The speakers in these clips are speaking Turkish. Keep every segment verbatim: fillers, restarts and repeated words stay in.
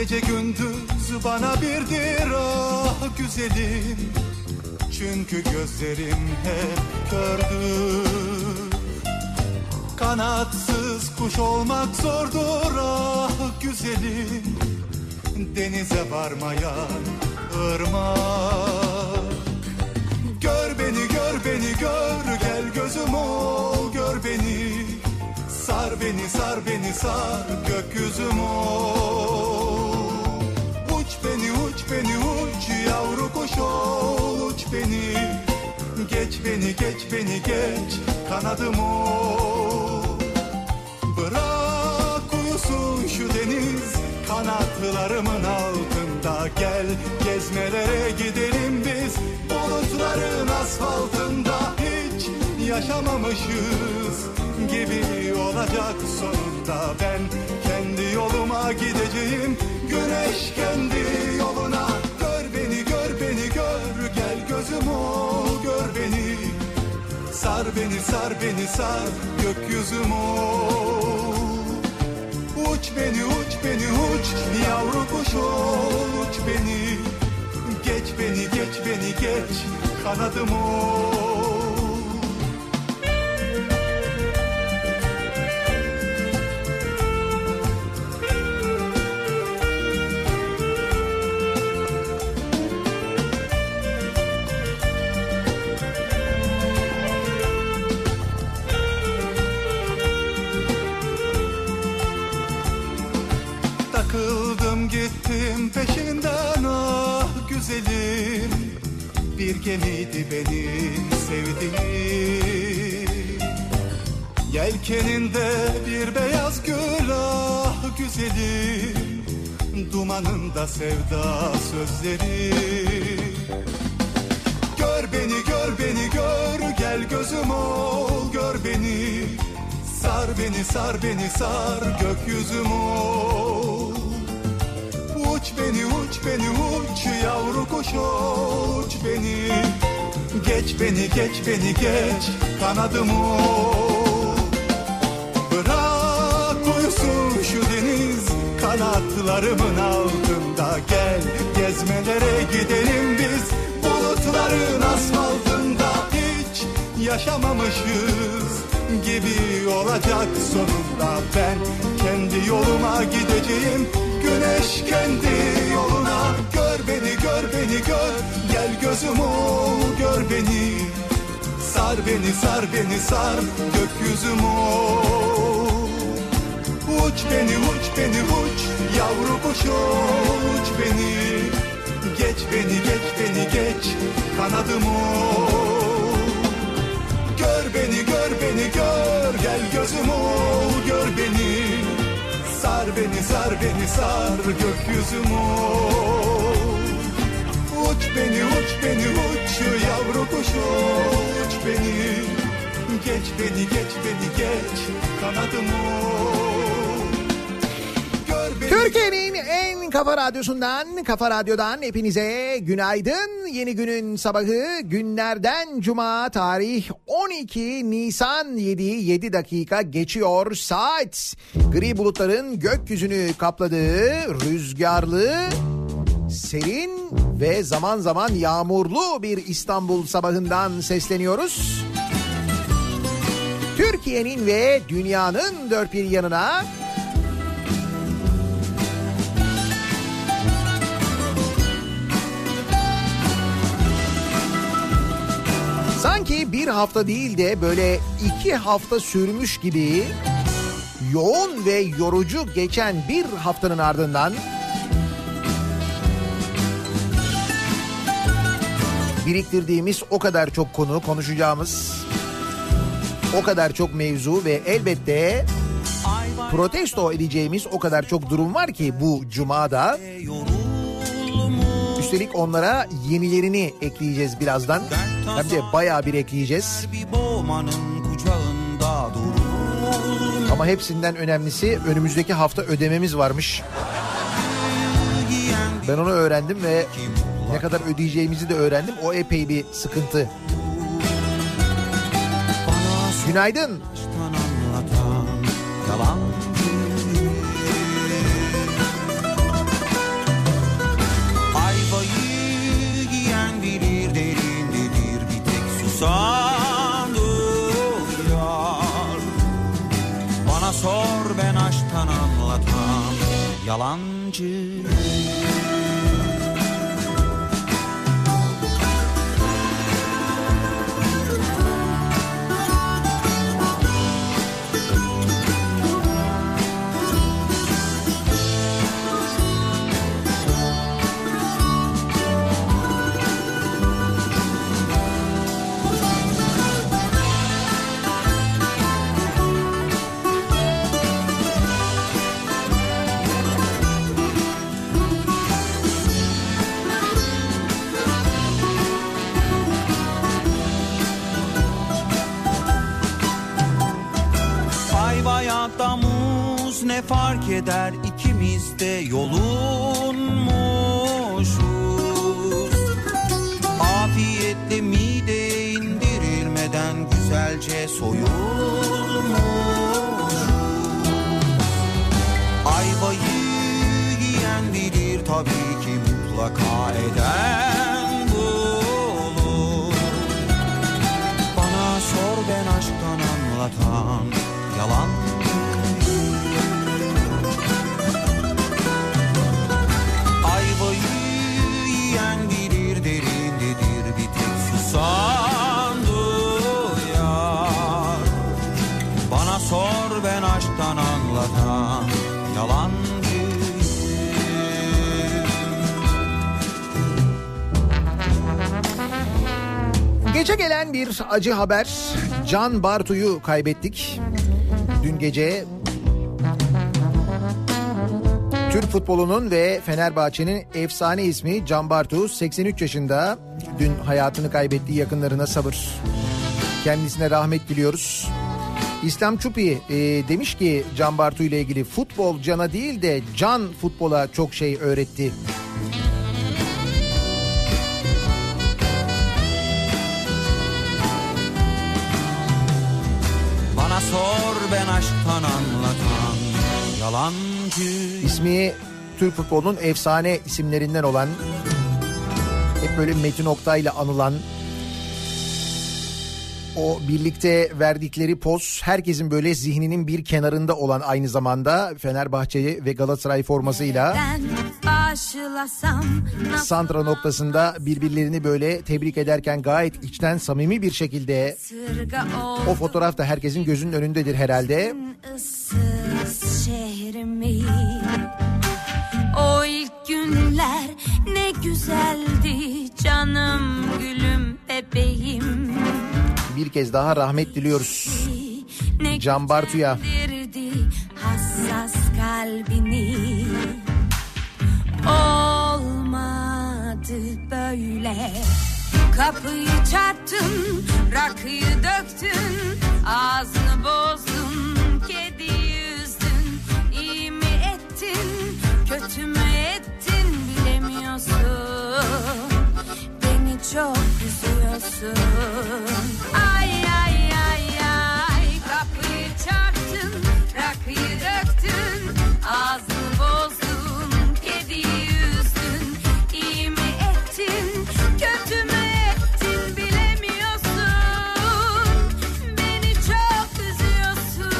Gece gündüz bana birdir ah güzelim. Çünkü gözlerim hep kördür. Kanatsız kuş olmak zordur ah güzelim. Denize varmayan ırmak. Gör beni, gör beni, gör, gel gözüm ol, gör beni. Sar beni, sar beni, sar gökyüzüm ol. Uç beni, uç beni, uç yavru kuş ol, uç beni. Geç beni, geç beni, geç kanadım ol. Bırak uyusun şu deniz kanatlarımın altında. Gel gezmelere gidelim biz bulutların asfaltında. Hiç yaşamamışız gibi olacak sonunda. Ben kendi yoluma gideceğim, güneş kendi yoluna. Gör beni, gör beni, gör, gel gözüm ol, gör beni. Sar beni, sar beni, sar gökyüzüm ol. Uç beni, uç beni, uç yavru kuş ol, uç beni. Geç beni, geç beni, geç kanadım ol. Takıldım gittim peşinden ah güzelim. Bir gemiydi benim sevdiğim. Yelkeninde bir beyaz gül ah güzelim. Dumanında sevda sözleri. Gör beni, gör beni, gör, gel gözüm ol, gör beni. Sar beni, sar beni, sar gökyüzüm ol. Uç beni, uç beni, uç yavru kuş ol, uç beni. Geç beni, geç beni, geç kanadım ol. Bırak uyusun şu deniz kanatlarımın altında. Gel gezmelere gidelim biz bulutların asfaltında. Hiç yaşamamışız gibi olacak sonunda. Ben kendi yoluma gideceğim, güneş kendi yoluna. Gör beni, gör beni, gör, gel gözüm ol, gör beni. Sar beni, sar beni, sar gökyüzüm ol. Uç beni, uç beni, uç yavru kuş ol, uç beni. Geç beni, geç beni, geç kanadım ol. Gör beni, gör beni, gör, gel gözüm ol, gör beni. Sar beni, sar beni, sar gökyüzüm ol. Uç beni, uç beni, uç yavru kuş ol, uç beni. Geç beni, geç beni, geç kanadım ol. Türkiye'nin en kafa radyosundan, Kafa Radyo'dan hepinize günaydın. Yeni günün sabahı, günlerden cuma, tarih on iki Nisan, yedi yedi dakika geçiyor saat. Gri bulutların gökyüzünü kapladığı rüzgarlı, serin ve zaman zaman yağmurlu bir İstanbul sabahından sesleniyoruz. Türkiye'nin ve dünyanın dört bir yanına sanki bir hafta değil de böyle iki hafta sürmüş gibi yoğun ve yorucu geçen bir haftanın ardından biriktirdiğimiz o kadar çok konu, konuşacağımız o kadar çok mevzu ve elbette protesto edeceğimiz o kadar çok durum var ki bu cumada. Üstelik onlara yenilerini ekleyeceğiz birazdan. Hem de bayağı bir ekleyeceğiz. Ama hepsinden önemlisi önümüzdeki hafta ödememiz varmış. Ben onu öğrendim ve ne kadar ödeyeceğimizi de öğrendim. O epey bir sıkıntı. Günaydın. yalancı. Ne fark eder, ikimiz de yolunmuşuz. Afiyetle mideye indirilmeden güzelce soyulmuş. Ayvayı yiyen bilir tabii ki, mutlaka eden bulur. Bana sor, ben aşktan anlatan yalan. Bana sor, ben aşktan anlatan yalancıyım. Gece gelen bir acı haber. Can Bartu'yu kaybettik. Dün gece Türk futbolunun ve Fenerbahçe'nin efsane ismi Can Bartu seksen üç yaşında. Dün hayatını kaybettiği yakınlarına sabır, kendisine rahmet diliyoruz. İslam Çupi e, demiş ki Can Bartu ile ilgili, futbol cana değil de can futbola çok şey öğretti. Bana sor, ben aşktan anlatan yalancı. İsmi Türk futbolunun efsane isimlerinden olan, hep böyle Metin Oktay ile anılan, o birlikte verdikleri poz herkesin böyle zihninin bir kenarında olan, aynı zamanda Fenerbahçe ve Galatasaray formasıyla santra noktasında birbirlerini böyle tebrik ederken gayet içten, samimi bir şekilde, o fotoğraf da herkesin gözünün önündedir herhalde. O ilk günler ne güzeldi, canım gülüm bebeğim. Bir kez daha rahmet diliyoruz Can Bartu'ya. Hassas kalbini, olmadı böyle. Kapıyı çarptın, rakıyı döktün, ağzını bozdun, kedi yüzdün. İyi mi ettin, kötü mü ettin bilemiyorsun. Beni çok üzüyorsun. Ay ay ay ay, kapıyı çarptın, rakıyı döktün, ağzını bozdun, kediyi üzdün. İyi mi ettin, kötü mü ettin bilemiyorsun. Beni çok üzüyorsun.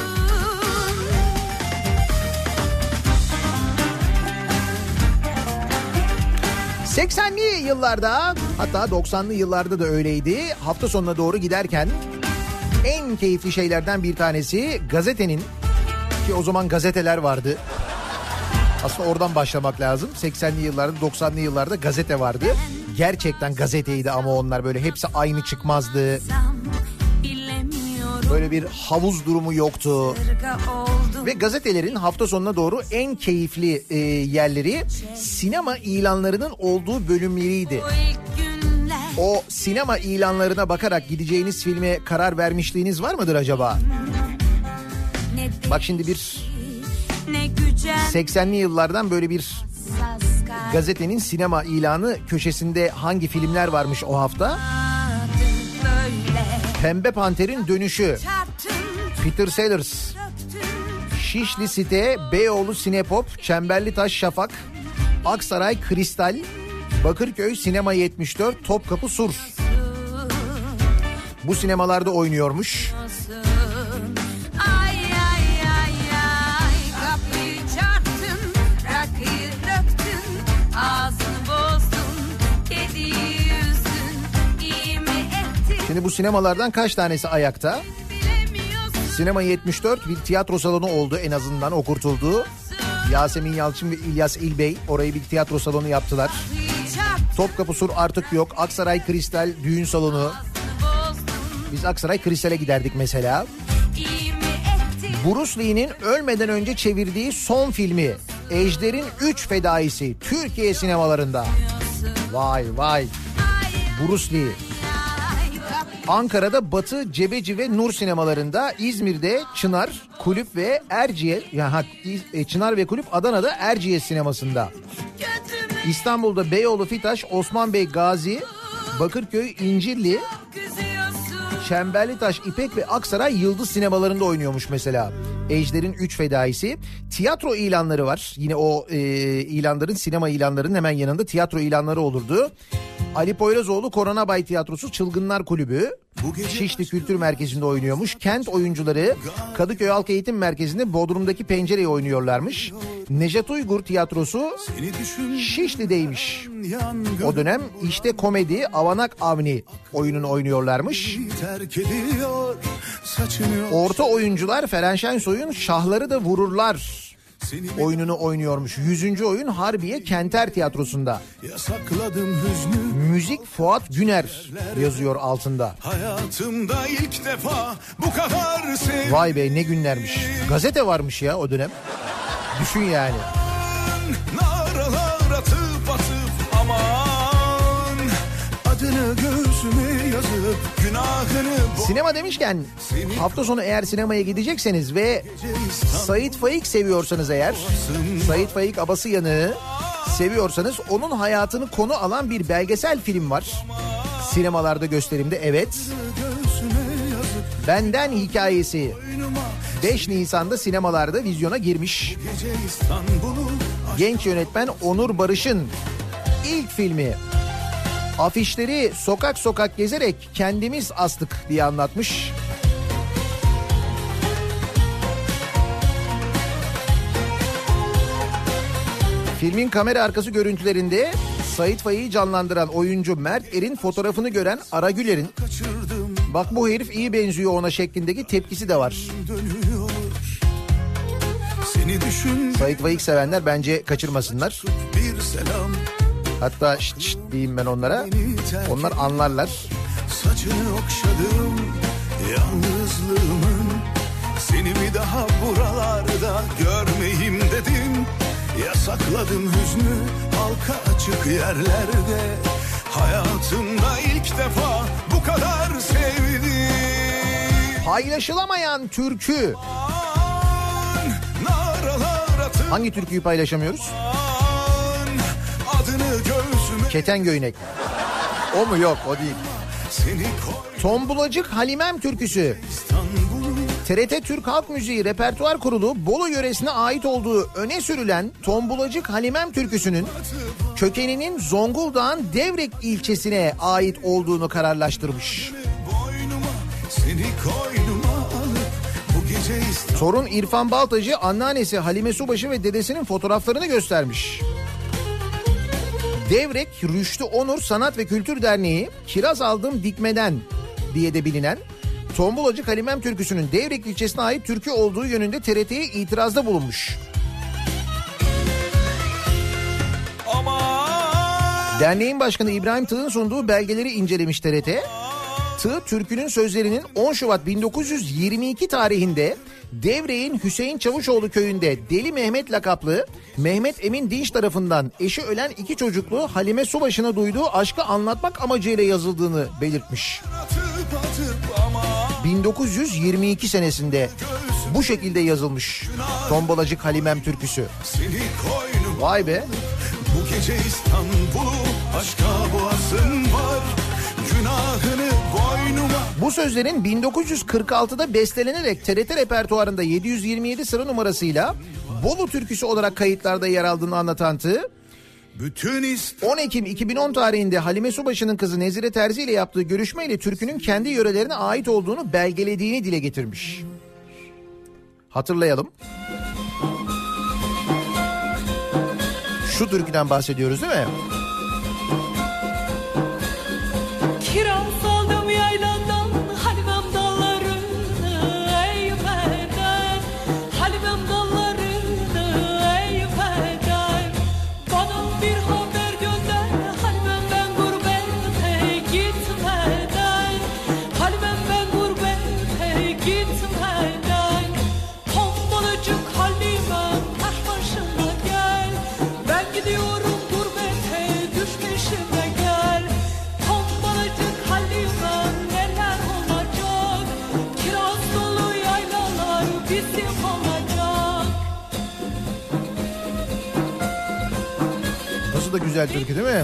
seksenli yıllarda, hatta doksanlı yıllarda da öyleydi. Hafta sonuna doğru giderken en keyifli şeylerden bir tanesi gazetenin, ki o zaman gazeteler vardı. Aslında oradan başlamak lazım. seksenli yıllarda, doksanlı yıllarda gazete vardı. Gerçekten gazeteydi ama onlar böyle hepsi aynı çıkmazdı. Böyle bir havuz durumu yoktu. Ve gazetelerin hafta sonuna doğru en keyifli e, yerleri sinema ilanlarının olduğu bölümleriydi. O sinema ilanlarına bakarak gideceğiniz filme karar vermişliğiniz var mıdır acaba? Bak şimdi bir seksenli yıllardan böyle bir gazetenin sinema ilanı köşesinde hangi filmler varmış o hafta? Pembe Panter'in Dönüşü, Peter Sellers, Şişli Site, Beyoğlu Sinepop, Çemberlitaş Şafak, Aksaray Kristal, Bakırköy Sinema yetmiş dört, Topkapı Sur. Bu sinemalarda oynuyormuş. Şimdi bu sinemalardan kaç tanesi ayakta? Sinema yetmiş dört bir tiyatro salonu oldu, en azından o kurtuldu. Yasemin Yalçın ve İlyas İlbey orayı bir tiyatro salonu yaptılar. Topkapı Sur artık yok. Aksaray Kristal düğün salonu. Biz Aksaray Kristal'e giderdik mesela. Bruce Lee'nin ölmeden önce çevirdiği son filmi Ejder'in üç fedaisi Türkiye sinemalarında. Vay vay. Bruce Lee. Ankara'da Batı, Cebeci ve Nur sinemalarında, İzmir'de Çınar, Kulüp ve Erciyes, yani Çınar ve Kulüp Adana'da Erciyes sinemasında. İstanbul'da Beyoğlu, Fitaş, Osman Bey, Gazi, Bakırköy, İncirli, Çemberlitaş, İpek ve Aksaray Yıldız sinemalarında oynuyormuş mesela. Ejder'in üç fedaisi. Tiyatro ilanları var. Yine o e, ilanların, sinema ilanlarının hemen yanında tiyatro ilanları olurdu. Ali Poyrazoğlu Koronabay Tiyatrosu Çılgınlar Kulübü Şişli Kültür Merkezi'nde oynuyormuş. Kent oyuncuları Kadıköy Halk Eğitim Merkezi'nde Bodrum'daki Pencere'yi oynuyorlarmış. Nejat Uygur Tiyatrosu Şişli'deymiş. O dönem işte komedi Avanak Avni oyununu oynuyorlarmış. Orta oyuncular Feren Şensoy'un Şahları da Vururlar oyununu oynuyormuş. Yüzüncü oyun Harbiye Kenter Tiyatrosu'nda. Müzik Fuat Güner yazıyor altında. Hayatımda ilk defa bu kadar sevdim. Vay be, ne günlermiş. Gazete varmış ya o dönem. Düşün yani. Naralar atıp atıp aman adını göğsüme yazıp günahını... Sinema demişken hafta sonu eğer sinemaya gidecekseniz ve Sait Faik seviyorsanız eğer, Sait Faik Abası Yanığı seviyorsanız, onun hayatını konu alan bir belgesel film var. Sinemalarda gösterimde, evet. Benden Hikayesi beş Nisan'da sinemalarda vizyona girmiş. Genç yönetmen Onur Barış'ın ilk filmi. Afişleri sokak sokak gezerek kendimiz astık diye anlatmış. Filmin kamera arkası görüntülerinde Sait Faik'i canlandıran oyuncu Mert Er'in fotoğrafını gören Ara Güler'in "Bak bu herif iyi benziyor ona" şeklindeki tepkisi de var. Sait Faik sevenler bence kaçırmasınlar. Hatta şşt şşt diyeyim ben onlara. Onlar anlarlar. Saçını okşadım yalnızlığımın, seni bir daha buralarda görmeyeyim dedim. Yasakladım hüznü halka açık yerlerde. Hayatımda ilk defa bu kadar sevdim. Paylaşılamayan türkü. Hangi türküyü paylaşamıyoruz? Keten Göynek. O mu? Yok, o değil. Tombulacık Halimem türküsü. T R T Türk Halk Müziği Repertuar Kurulu Bolu yöresine ait olduğu öne sürülen Tombulacık Halimem türküsünün kökeninin Zonguldak'ın Devrek ilçesine ait olduğunu kararlaştırmış. Torun İrfan Baltacı anneannesi Halime Subaşı ve dedesinin fotoğraflarını göstermiş. Devrek Rüştü Onur Sanat ve Kültür Derneği Kiraz Aldım Dikmeden diye de bilinen Tombulacık Halimem türküsünün Devrek ilçesine ait türkü olduğu yönünde T R T'ye itirazda bulunmuş. Aman. Derneğin başkanı İbrahim Tığ'ın sunduğu belgeleri incelemiş T R T. Tığ, türkünün sözlerinin on Şubat bin dokuz yüz yirmi iki tarihinde Devrek'in Hüseyin Çavuşoğlu köyünde Deli Mehmet lakaplı Mehmet Emin Dinç tarafından eşi ölen iki çocuklu Halime Subaşı'na duyduğu aşkı anlatmak amacıyla yazıldığını belirtmiş. bin dokuz yüz yirmi iki senesinde bu şekilde yazılmış Tombalacık Halimem türküsü. Vay be. Bu gece İstanbul'u aşka boğazın var. Günahını boynuma. Bu sözlerin bin dokuz yüz kırk altıda bestelenerek T R T repertuarında yedi yüz yirmi yedi sıra numarasıyla Bolu türküsü olarak kayıtlarda yer aldığını anlatan Tığ, on Ekim iki bin on tarihinde Halime Subaşı'nın kızı Nezire Terzi ile yaptığı görüşmeyle türkünün kendi yörelerine ait olduğunu belgelediğini dile getirmiş. Hatırlayalım. Şu türküden bahsediyoruz değil mi? Kiraz aldım yaylanda da güzel türkü değil mi?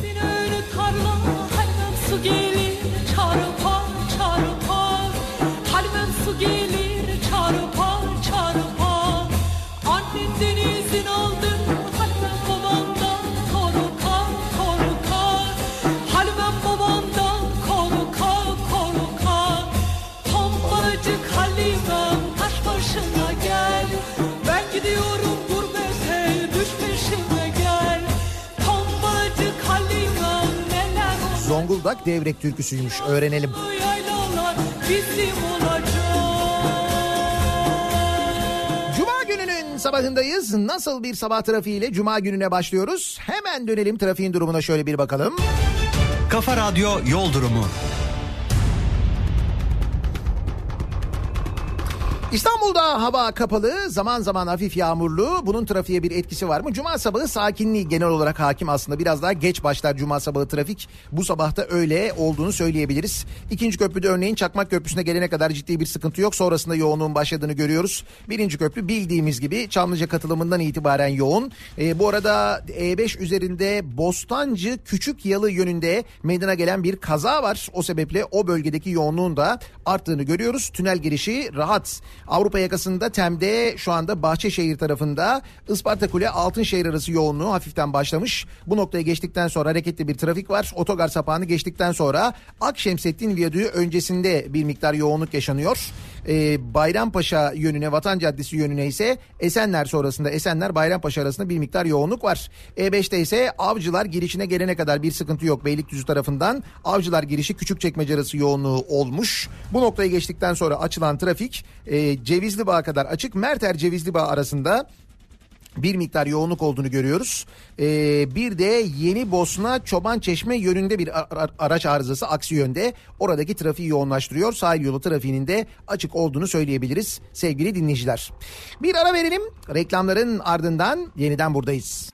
Su gelir çarpar çarpar, harmem su gelir çarpar çarpar. Annenden izin aldım, harmem babamdan korkar korkar. Harmem babamdan korkar korkar. Tombalacık Halimem taş başına gel. Ben gidiyorum gurbete, düş peşime gel. Tombalacık Halimem neler olur. Zonguldak Devrek türküsüymüş, öğrenelim. Cuma gününün sabahındayız. Nasıl bir sabah trafiğiyle Cuma gününe başlıyoruz? Hemen dönelim trafiğin durumuna, şöyle bir bakalım. Kafa Radyo Yol Durumu. İstanbul'da hava kapalı, zaman zaman hafif yağmurlu. Bunun trafiğe bir etkisi var mı? Cuma sabahı sakinliği genel olarak hakim aslında. Biraz daha geç başlar Cuma sabahı trafik. Bu sabahta öyle olduğunu söyleyebiliriz. İkinci köprüde örneğin Çakmak Köprüsü'ne gelene kadar ciddi bir sıkıntı yok. Sonrasında yoğunluğun başladığını görüyoruz. Birinci köprü bildiğimiz gibi Çamlıca katılımından itibaren yoğun. E, bu arada E beş üzerinde Bostancı Küçükyalı yönünde meydana gelen bir kaza var. O sebeple o bölgedeki yoğunluğun da arttığını görüyoruz. Tünel girişi rahat. Avrupa yakasında Tem'de şu anda Bahçeşehir tarafında Isparta Kule Altınşehir arası yoğunluğu hafiften başlamış. Bu noktaya geçtikten sonra hareketli bir trafik var. Otogar sapağını geçtikten sonra Akşemsettin Viyadüğü öncesinde bir miktar yoğunluk yaşanıyor. Ee, Bayrampaşa yönüne, Vatan Caddesi yönüne ise Esenler sonrasında Esenler Bayrampaşa arasında bir miktar yoğunluk var. E beşte ise Avcılar girişine gelene kadar bir sıkıntı yok. Beylikdüzü tarafından Avcılar girişi Küçükçekmece arası yoğunluğu olmuş. Bu noktayı geçtikten sonra açılan trafik e, Cevizlibağ kadar açık. Merter Cevizlibağ arasında bir miktar yoğunluk olduğunu görüyoruz. Ee, bir de Yeni Bosna Çobançeşme yönünde bir araç arızası aksi yönde. Oradaki trafiği yoğunlaştırıyor. Sahil yolu trafiğinin de açık olduğunu söyleyebiliriz sevgili dinleyiciler. Bir ara verelim. Reklamların ardından yeniden buradayız.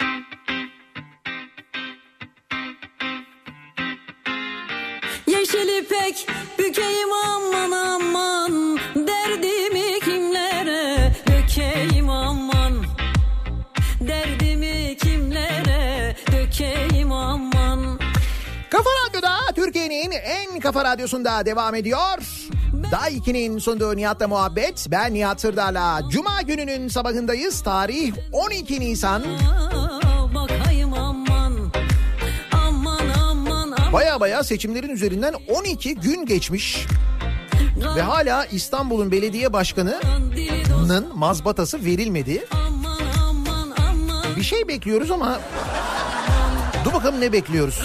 Yeşil ipek bükeyim aman aman, derdimi kimlere dökeyim aman. Derdimi kimlere dökeyim aman. Kafa Radyo'da, Türkiye'nin en kafa radyosunda devam ediyor. Daha ikinin sunduğu Nihat'la muhabbet. Ben Nihat Sırdar'la. Cuma gününün sabahındayız. Tarih on iki Nisan. Bakayım aman. Aman aman aman. Baya baya seçimlerin üzerinden on iki gün geçmiş. Ve hala İstanbul'un belediye başkanının mazbatası verilmedi. Bir şey bekliyoruz ama dur bakalım ne bekliyoruz.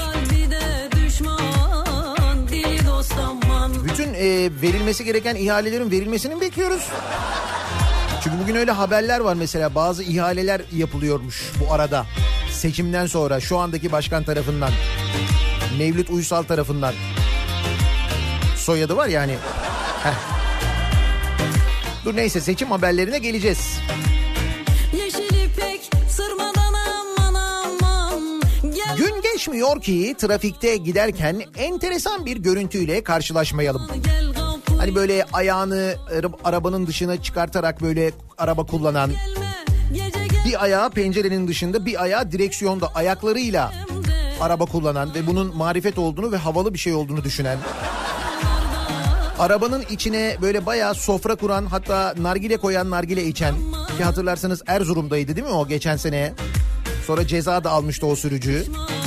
Bütün e, verilmesi gereken ihalelerin verilmesini mi bekliyoruz? Çünkü bugün öyle haberler var, mesela bazı ihaleler yapılıyormuş bu arada. Seçimden sonra şu andaki başkan tarafından, Mevlüt Uysal tarafından. Soyadı var yani. Heh. Dur neyse, seçim haberlerine geleceğiz. Gün geçmiyor ki trafikte giderken enteresan bir görüntüyle karşılaşmayalım. Hani böyle ayağını arabanın dışına çıkartarak böyle araba kullanan, bir ayağı pencerenin dışında bir ayağı direksiyonda ayaklarıyla araba kullanan ve bunun marifet olduğunu ve havalı bir şey olduğunu düşünen, arabanın içine böyle bayağı sofra kuran, hatta nargile koyan, nargile içen, ki hatırlarsanız Erzurum'daydı değil mi o geçen sene? Sonra ceza da almıştı o sürücü.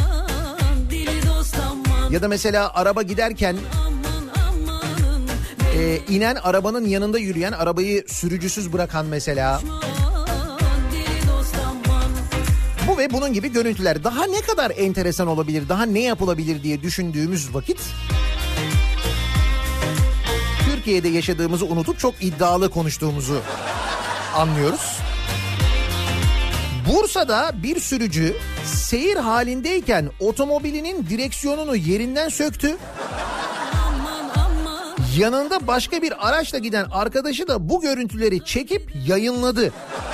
Ya da mesela araba giderken e, inen arabanın yanında yürüyen, arabayı sürücüsüz bırakan mesela. Bu ve bunun gibi görüntüler daha ne kadar enteresan olabilir, daha ne yapılabilir diye düşündüğümüz vakit Türkiye'de yaşadığımızı unutup çok iddialı konuştuğumuzu anlıyoruz. Bursa'da bir sürücü seyir halindeyken otomobilinin direksiyonunu yerinden söktü. Yanında başka bir araçla giden arkadaşı da bu görüntüleri çekip yayınladı.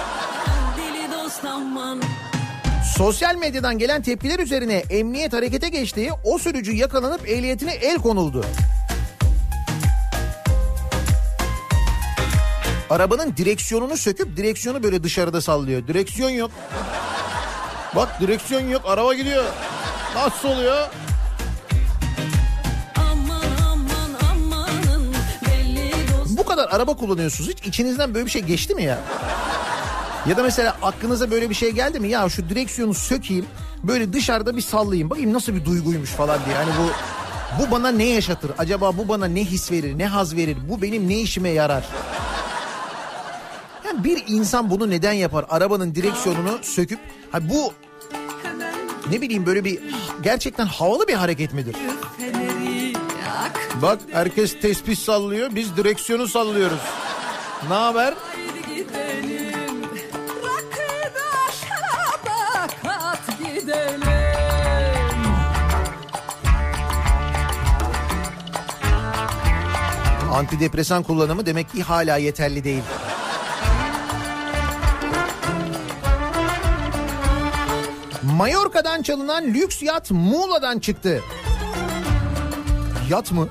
Sosyal medyadan gelen tepkiler üzerine emniyet harekete geçti. O sürücü yakalanıp ehliyetine el konuldu. Arabanın direksiyonunu söküp direksiyonu böyle dışarıda sallıyor. Direksiyon yok. Bak direksiyon yok, araba gidiyor. Nasıl oluyor? Aman aman amanın belli dost. Bu kadar araba kullanıyorsunuz. Hiç içinizden böyle bir şey geçti mi ya? Ya da mesela aklınıza böyle bir şey geldi mi? Ya şu direksiyonu sökeyim, böyle dışarıda bir sallayayım. Bakayım nasıl bir duyguymuş falan diye. Yani bu bu bana ne yaşatır? Acaba bu bana ne his verir, ne haz verir? Bu benim ne işime yarar? Yani bir insan bunu neden yapar? Arabanın direksiyonunu söküp, ha bu ne bileyim böyle bir gerçekten havalı bir hareket midir? Bak herkes tespih sallıyor, biz direksiyonu sallıyoruz. Ne haber? Antidepresan kullanımı demek ki hala yeterli değil. Mallorca'dan çalınan lüks yat Muğla'dan çıktı. Yat mı?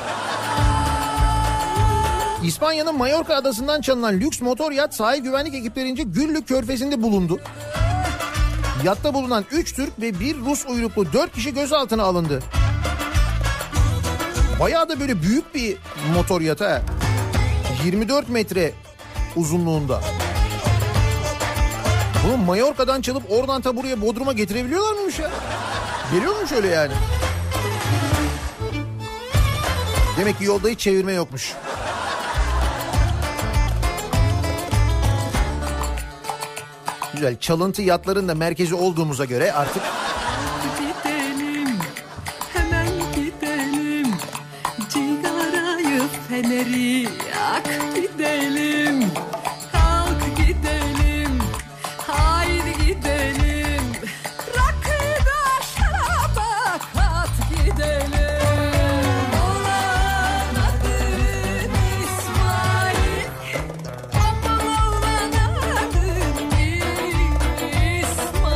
İspanya'nın Mallorca adasından çalınan lüks motor yat sahil güvenlik ekiplerince Güllük Körfezi'nde bulundu. Yatta bulunan üç Türk ve bir Rus uyruklu dört kişi gözaltına alındı. Bayağı da böyle büyük bir motor yat ha. yirmi dört metre uzunluğunda. Bunu Mallorca'dan çalıp oradan ta buraya Bodrum'a getirebiliyorlar mıymış ya? Geliyor mu şöyle yani? Demek ki yolda hiç çevirme yokmuş. Güzel, çalıntı yatların da merkezi olduğumuza göre artık... Gidelim, hemen gidelim, cigarayı feneri yak gidelim, kalk gidelim, haydi gidelim, rakıda şaraba kat gidelim. Olan adın İsmail, ama olan adın İsmail,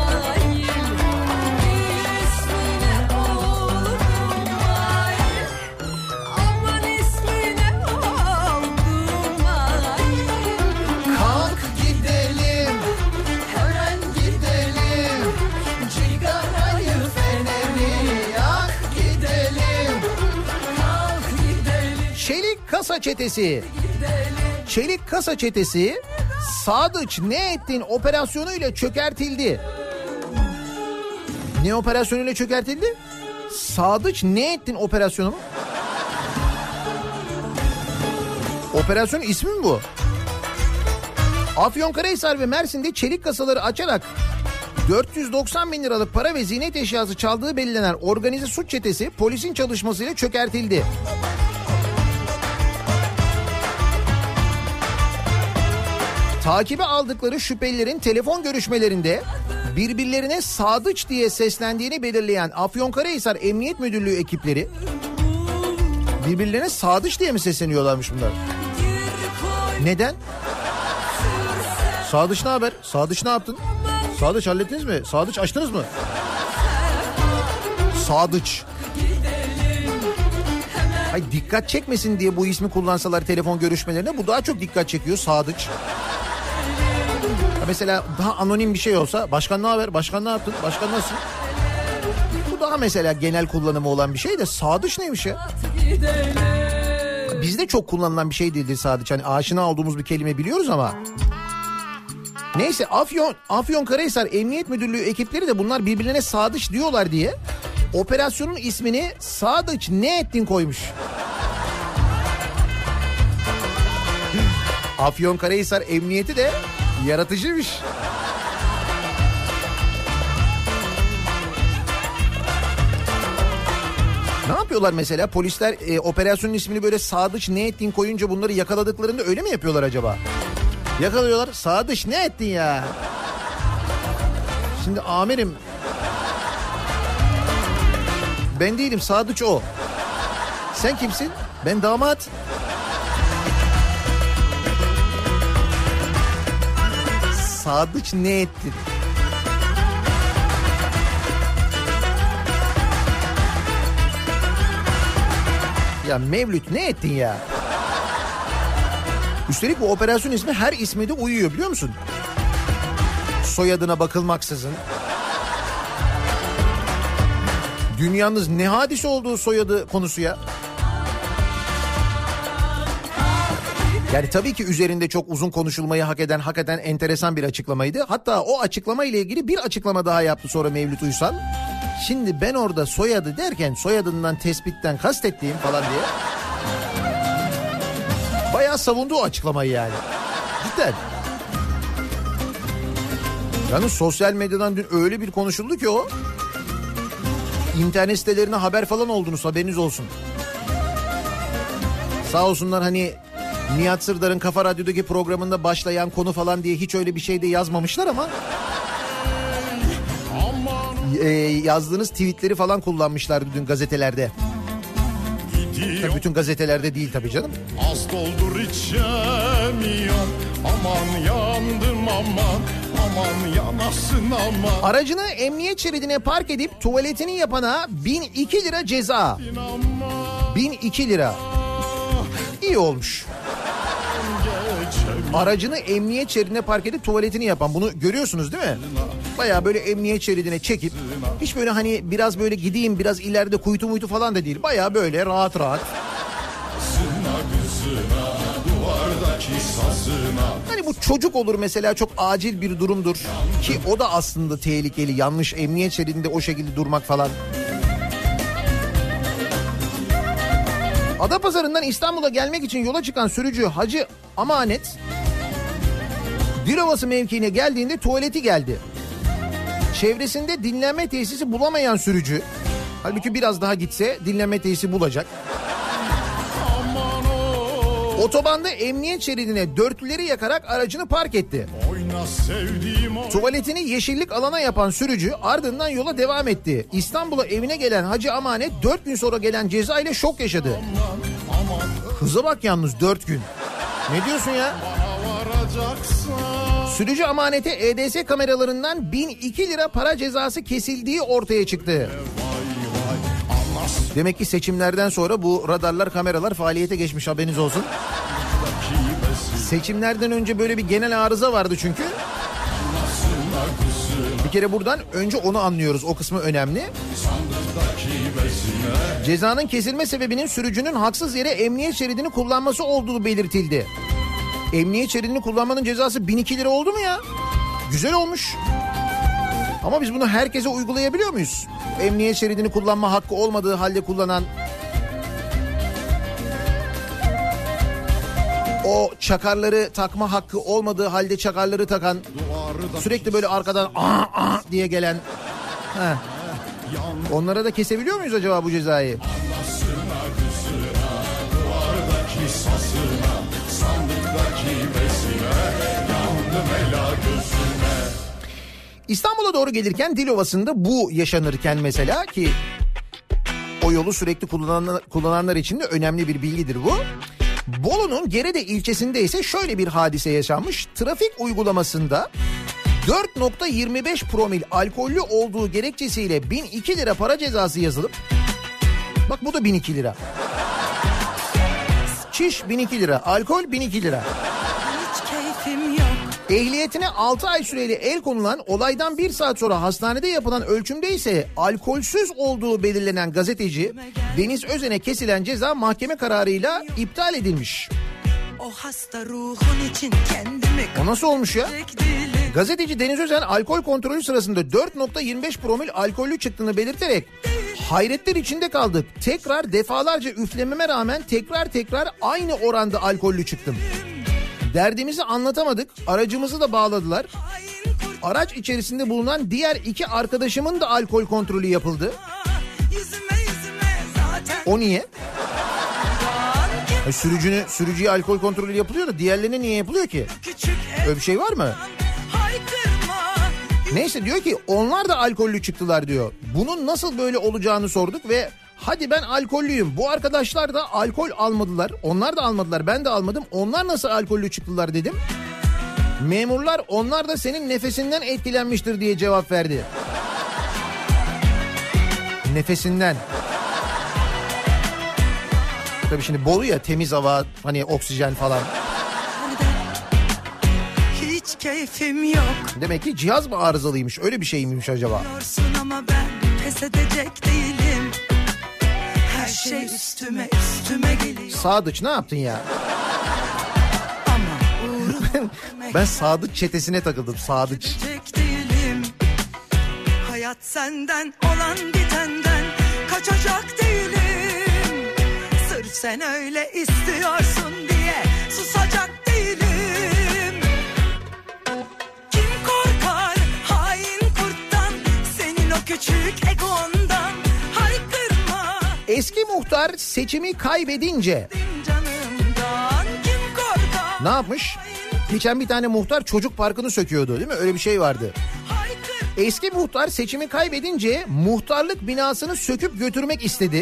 ismine oldum mail, aman ismine oldum mail. Kalk gidelim, hemen gidelim, cigarayı feneri yak gidelim. Kalk gidelim, Çelik Kasa Çetesi. Çelik Kasa Çetesi Sadıç Ne Ettin operasyonuyla çökertildi. Ne operasyonuyla çökertildi? Sadıç Ne Ettin operasyonu mu? Operasyonun ismi mi bu? Afyonkarahisar ve Mersin'de çelik kasaları açarak dört yüz doksan bin liralık para ve ziynet eşyası çaldığı belirlenen organize suç çetesi polisin çalışmasıyla çökertildi. Takibe aldıkları şüphelilerin telefon görüşmelerinde birbirlerine Sadıç diye seslendiğini belirleyen Afyonkarahisar Emniyet Müdürlüğü ekipleri birbirlerine Sadıç diye mi sesleniyorlarmış bunlar? Neden? Sadıç ne haber? Sadıç ne yaptın? Sadıç hallettiniz mi? Sadıç açtınız mı? Sadıç. Ay dikkat çekmesin diye bu ismi kullansalar telefon görüşmelerine bu daha çok dikkat çekiyor Sadıç. Mesela daha anonim bir şey olsa başkan ne haber? Başkan ne yaptın? Başkan nasıl? Bu daha mesela genel kullanımı olan bir şey de Sadıç neymiş ya? Bizde çok kullanılan bir şey değildir Sadıç. Hani aşina olduğumuz bir kelime biliyoruz ama. Neyse Afyon, Afyonkarahisar Emniyet Müdürlüğü ekipleri de bunlar birbirlerine Sadıç diyorlar diye operasyonun ismini Sadıç Ne Ettin koymuş. Afyonkarahisar Emniyeti de yaratıcıymış. Ne yapıyorlar mesela? Polisler e, operasyonun ismini böyle Sadıç Ne Ettin koyunca bunları yakaladıklarında öyle mi yapıyorlar acaba? Yakalıyorlar. Sadıç ne ettin ya? Şimdi amirim ben değilim, Sadıç o. Sen kimsin? Ben damat. Sadıç ne ettin? Ya Mevlüt ne ettin ya? Üstelik bu operasyon ismi her isme de uyuyor biliyor musun? Soyadına bakılmaksızın. Dünyanız ne hadise olduğu soyadı konusu ya. Yani tabii ki üzerinde çok uzun konuşulmayı hak eden, hakikaten enteresan bir açıklamaydı. Hatta o açıklama ile ilgili bir açıklama daha yaptı sonra Mevlüt Uysal. Şimdi ben orada soyadı derken soyadından tespitten kastettiğim falan diye. Bayağı savundu o açıklamayı yani. Cidden. Yani sosyal medyadan dün öyle bir konuşuldu ki o. İnternet sitelerine haber falan oldunuz, haberiniz olsun. Sağ olsunlar hani Nihat Sırdar'ın Kafa Radyo'daki programında başlayan konu falan diye hiç öyle bir şey de yazmamışlar ama e, yazdığınız tweetleri falan kullanmışlardı dün gazetelerde. Tabii bütün gazetelerde değil tabii canım. Az doldur içemiyorum. Aman yandım aman. Aman yanasın aman. Aracını emniyet şeridine park edip tuvaletini yapana bin iki lira ceza. bin iki lira. İyi olmuş. Aracını emniyet şeridine park edip tuvaletini yapan, bunu görüyorsunuz değil mi? Bayağı böyle emniyet şeridine çekip hiç böyle hani biraz böyle gideyim biraz ileride kuytu muytu falan da değil. Bayağı böyle rahat rahat. Hani bu çocuk olur mesela, çok acil bir durumdur ki o da aslında tehlikeli, yanlış, emniyet şeridinde o şekilde durmak falan. Adapazarı'ndan İstanbul'a gelmek için yola çıkan sürücü Hacı Amanet Dilovası mevkiine geldiğinde tuvaleti geldi. Çevresinde dinlenme tesisi bulamayan sürücü, halbuki biraz daha gitse dinlenme tesisi bulacak. Otobanda emniyet şeridine dörtlüleri yakarak aracını park etti. Tuvaletini yeşillik alana yapan sürücü ardından yola devam etti. İstanbul'a evine gelen Hacı Amanet dört gün sonra gelen ceza ile şok yaşadı. Hıza bak yalnız, dört gün. Ne diyorsun ya? Sürücü Amanet'e E D S kameralarından bin iki lira para cezası kesildiği ortaya çıktı. Demek ki seçimlerden sonra bu radarlar, kameralar faaliyete geçmiş, haberiniz olsun. Seçimlerden önce böyle bir genel arıza vardı çünkü. Bir kere buradan önce onu anlıyoruz, o kısmı önemli. Cezanın kesilme sebebinin sürücünün haksız yere emniyet şeridini kullanması olduğu belirtildi. Emniyet şeridini kullanmanın cezası bin iki lira oldu mu ya? Güzel olmuş. Ama biz bunu herkese uygulayabiliyor muyuz? Emniyet şeridini kullanma hakkı olmadığı halde kullanan, o çakarları takma hakkı olmadığı halde çakarları takan, sürekli böyle arkadan aa aa diye gelen, heh. Onlara da kesebiliyor muyuz acaba bu cezayı? İstanbul'a doğru gelirken Dilovası'nda bu yaşanırken mesela, ki o yolu sürekli kullananlar, kullananlar için de önemli bir bilgidir bu. Bolu'nun Gerede ilçesinde ise şöyle bir hadise yaşanmış. Trafik uygulamasında dört nokta yirmi beş promil alkollü olduğu gerekçesiyle bin iki lira para cezası yazılıp, bak bu da bin iki lira. Çiş bin iki lira, alkol bin iki lira. Hiç keyfim yok. Ehliyetine altı ay süreyle el konulan, olaydan bir saat sonra hastanede yapılan ölçümde ise alkolsüz olduğu belirlenen gazeteci Deniz Özen'e kesilen ceza mahkeme kararıyla iptal edilmiş. O hasta ruhun için kendimi O nasıl olmuş ya? değilim. Gazeteci Deniz Özen alkol kontrolü sırasında dört nokta yirmi beş promil alkollü çıktığını belirterek hayretler içinde kaldık. Tekrar defalarca üflememe rağmen tekrar tekrar aynı oranda alkollü çıktım. Derdimizi anlatamadık. Aracımızı da bağladılar. Araç içerisinde bulunan diğer iki arkadaşımın da alkol kontrolü yapıldı. Yüzüme yüzüme zaten O niye? E, sürücünü, sürücüye alkol kontrolü yapılıyor da diğerlerine niye yapılıyor ki? küçük Öyle bir şey var mı? haykırma. Neyse, diyor ki onlar da alkollü çıktılar diyor. Bunun nasıl böyle olacağını sorduk ve hadi ben alkollüyüm, bu arkadaşlar da alkol almadılar, onlar da almadılar, ben de almadım, onlar nasıl alkollü çıktılar dedim. Memurlar onlar da senin nefesinden etkilenmiştir diye cevap verdi. Nefesinden. Tabii şimdi Bolu ya, temiz hava, hani oksijen falan. Hiç keyfim yok. Demek ki cihaz mı arızalıymış, öyle bir şey miymiş acaba? Diyorsun ama ben pes edecek değilim. şey üstüme üstüme geliyor. Sadıç ne yaptın ya? Ama uğruna Ben Sadıç çetesine takıldım. Sadıç. Tek değilim. Hayat senden olan bitenden kaçacak değilim. Sırf sen öyle istiyorsun diye susacak değilim. Kim korkar hain kurttan, senin o küçük egondan. Haykırma Eski muhtar seçimi kaybedince canımdan. Kim korkar ne yapmış? Geçen bir tane muhtar çocuk parkını söküyordu değil mi? Öyle bir şey vardı. haykır. Eski muhtar seçimi kaybedince muhtarlık binasını söküp götürmek istedi.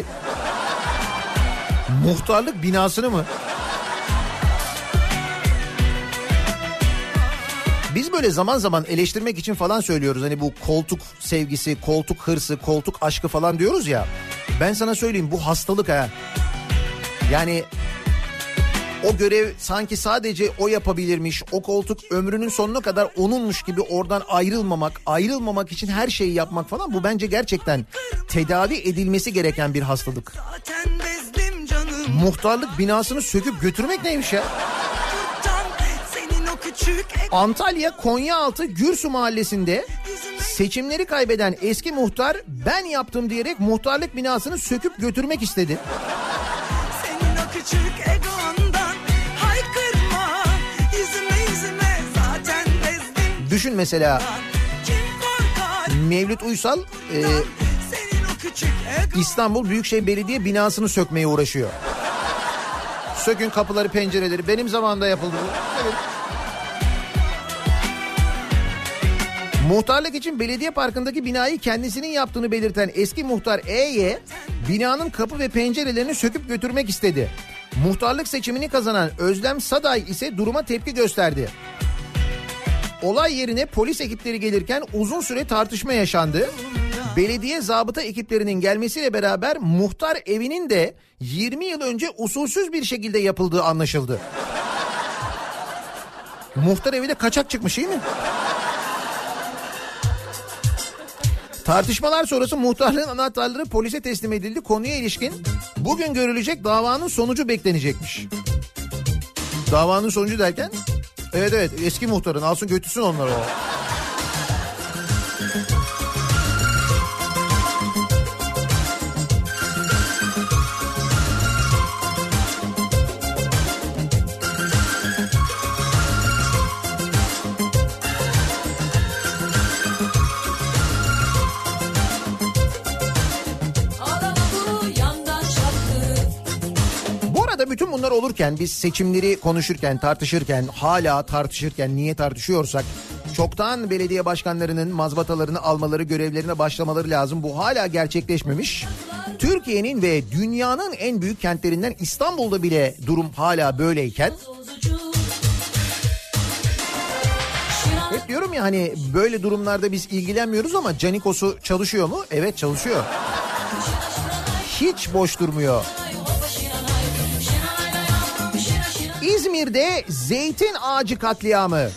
Muhtarlık binasını mı? Biz böyle zaman zaman eleştirmek için falan söylüyoruz. Hani bu koltuk sevgisi, koltuk hırsı, koltuk aşkı falan diyoruz ya. Ben sana söyleyeyim, bu hastalık ha. Yani o görev sanki sadece o yapabilirmiş. O koltuk ömrünün sonuna kadar onunmuş gibi oradan ayrılmamak, ayrılmamak için her şeyi yapmak falan. Bu bence gerçekten tedavi edilmesi gereken bir hastalık. Zaten bezdim canım. Muhtarlık binasını söküp götürmek neymiş ya? Kurttan, senin o küçük egondan. Antalya Konyaaltı Gürsu mahallesinde seçimleri kaybeden eski muhtar ben yaptım diyerek muhtarlık binasını söküp götürmek istedi. Senin o küçük egondan haykırma yüzüme yüzüme, zaten bezdim. Düşün mesela Kim korkar Mevlüt Uysal e, senin o küçük egondan. İstanbul Büyükşehir Belediye binasını sökmeye uğraşıyor. Sökün kapıları pencereleri, benim zamanımda yapıldı bu. Evet. Muhtarlık için belediye parkındaki binayı kendisinin yaptığını belirten eski muhtar E'ye binanın kapı ve pencerelerini söküp götürmek istedi. Muhtarlık seçimini kazanan Özlem Saday ise duruma tepki gösterdi. Olay yerine polis ekipleri gelirken uzun süre tartışma yaşandı. Belediye zabıta ekiplerinin gelmesiyle beraber muhtar evinin de yirmi yıl önce usulsüz bir şekilde yapıldığı anlaşıldı. Muhtar evi de kaçak çıkmış, değil mi? Tartışmalar sonrası muhtarlığın anahtarları polise teslim edildi. Konuya ilişkin bugün görülecek davanın sonucu beklenecekmiş. Davanın sonucu derken? Evet evet, eski muhtarın alsın götürsün onları o. Bütün bunlar olurken, biz seçimleri konuşurken, tartışırken, hala tartışırken, niye tartışıyorsak çoktan belediye başkanlarının mazbatalarını almaları, görevlerine başlamaları lazım. Bu hala gerçekleşmemiş. Türkiye'nin ve dünyanın en büyük kentlerinden İstanbul'da bile durum hala böyleyken, hep diyorum ya hani böyle durumlarda biz ilgilenmiyoruz ama Canikos'u çalışıyor mu? Evet, çalışıyor. Hiç boş durmuyor. İzmir'de zeytin ağacı katliamı.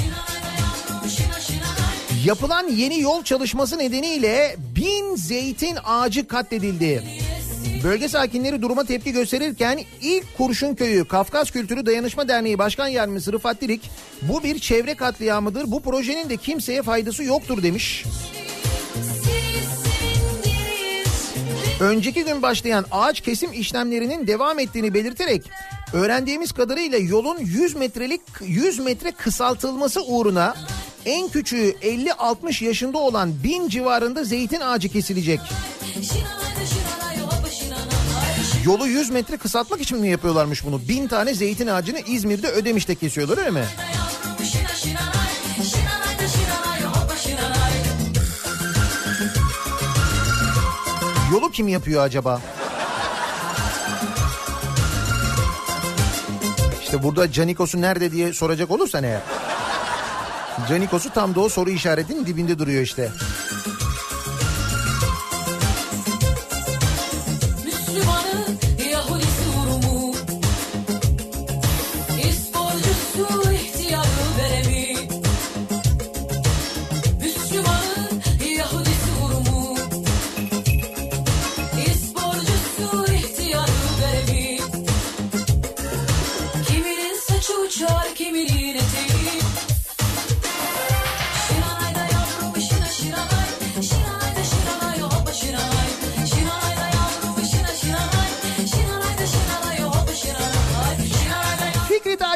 Yapılan yeni yol çalışması nedeniyle bin zeytin ağacı katledildi. Bölge sakinleri duruma tepki gösterirken ilk Kurşun Köyü Kafkas Kültürü Dayanışma Derneği Başkan Yardımcısı Rıfat Dirik, bu bir çevre katliamıdır, bu projenin de kimseye faydası yoktur demiş. Önceki gün başlayan ağaç kesim işlemlerinin devam ettiğini belirterek öğrendiğimiz kadarıyla yolun yüz metrelik yüz metre kısaltılması uğruna en küçüğü elli altmış yaşında olan bin civarında zeytin ağacı kesilecek. Yolu yüz metre kısaltmak için mi yapıyorlarmış bunu? Bin tane zeytin ağacını İzmir'de Ödemiş'te kesiyorlar, öyle mi? Yolu kim yapıyor acaba? İşte burada Canikos'u nerede diye soracak olursan eğer. Canikos'u tam da o soru işaretinin dibinde duruyor işte.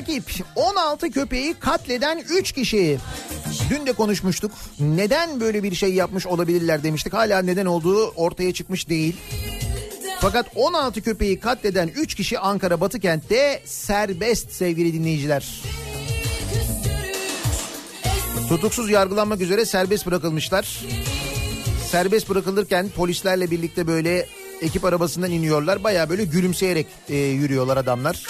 takip. on altı köpeği katleden üç kişi. Dün de konuşmuştuk. Neden böyle bir şey yapmış olabilirler demiştik. Hala neden olduğu ortaya çıkmış değil. Fakat on altı köpeği katleden üç kişi Ankara Batıkent'te serbest sevgili dinleyiciler. Tutuksuz yargılanmak üzere serbest bırakılmışlar. Serbest bırakılırken polislerle birlikte böyle ekip arabasından iniyorlar. Baya böyle gülümseyerek e, yürüyorlar adamlar.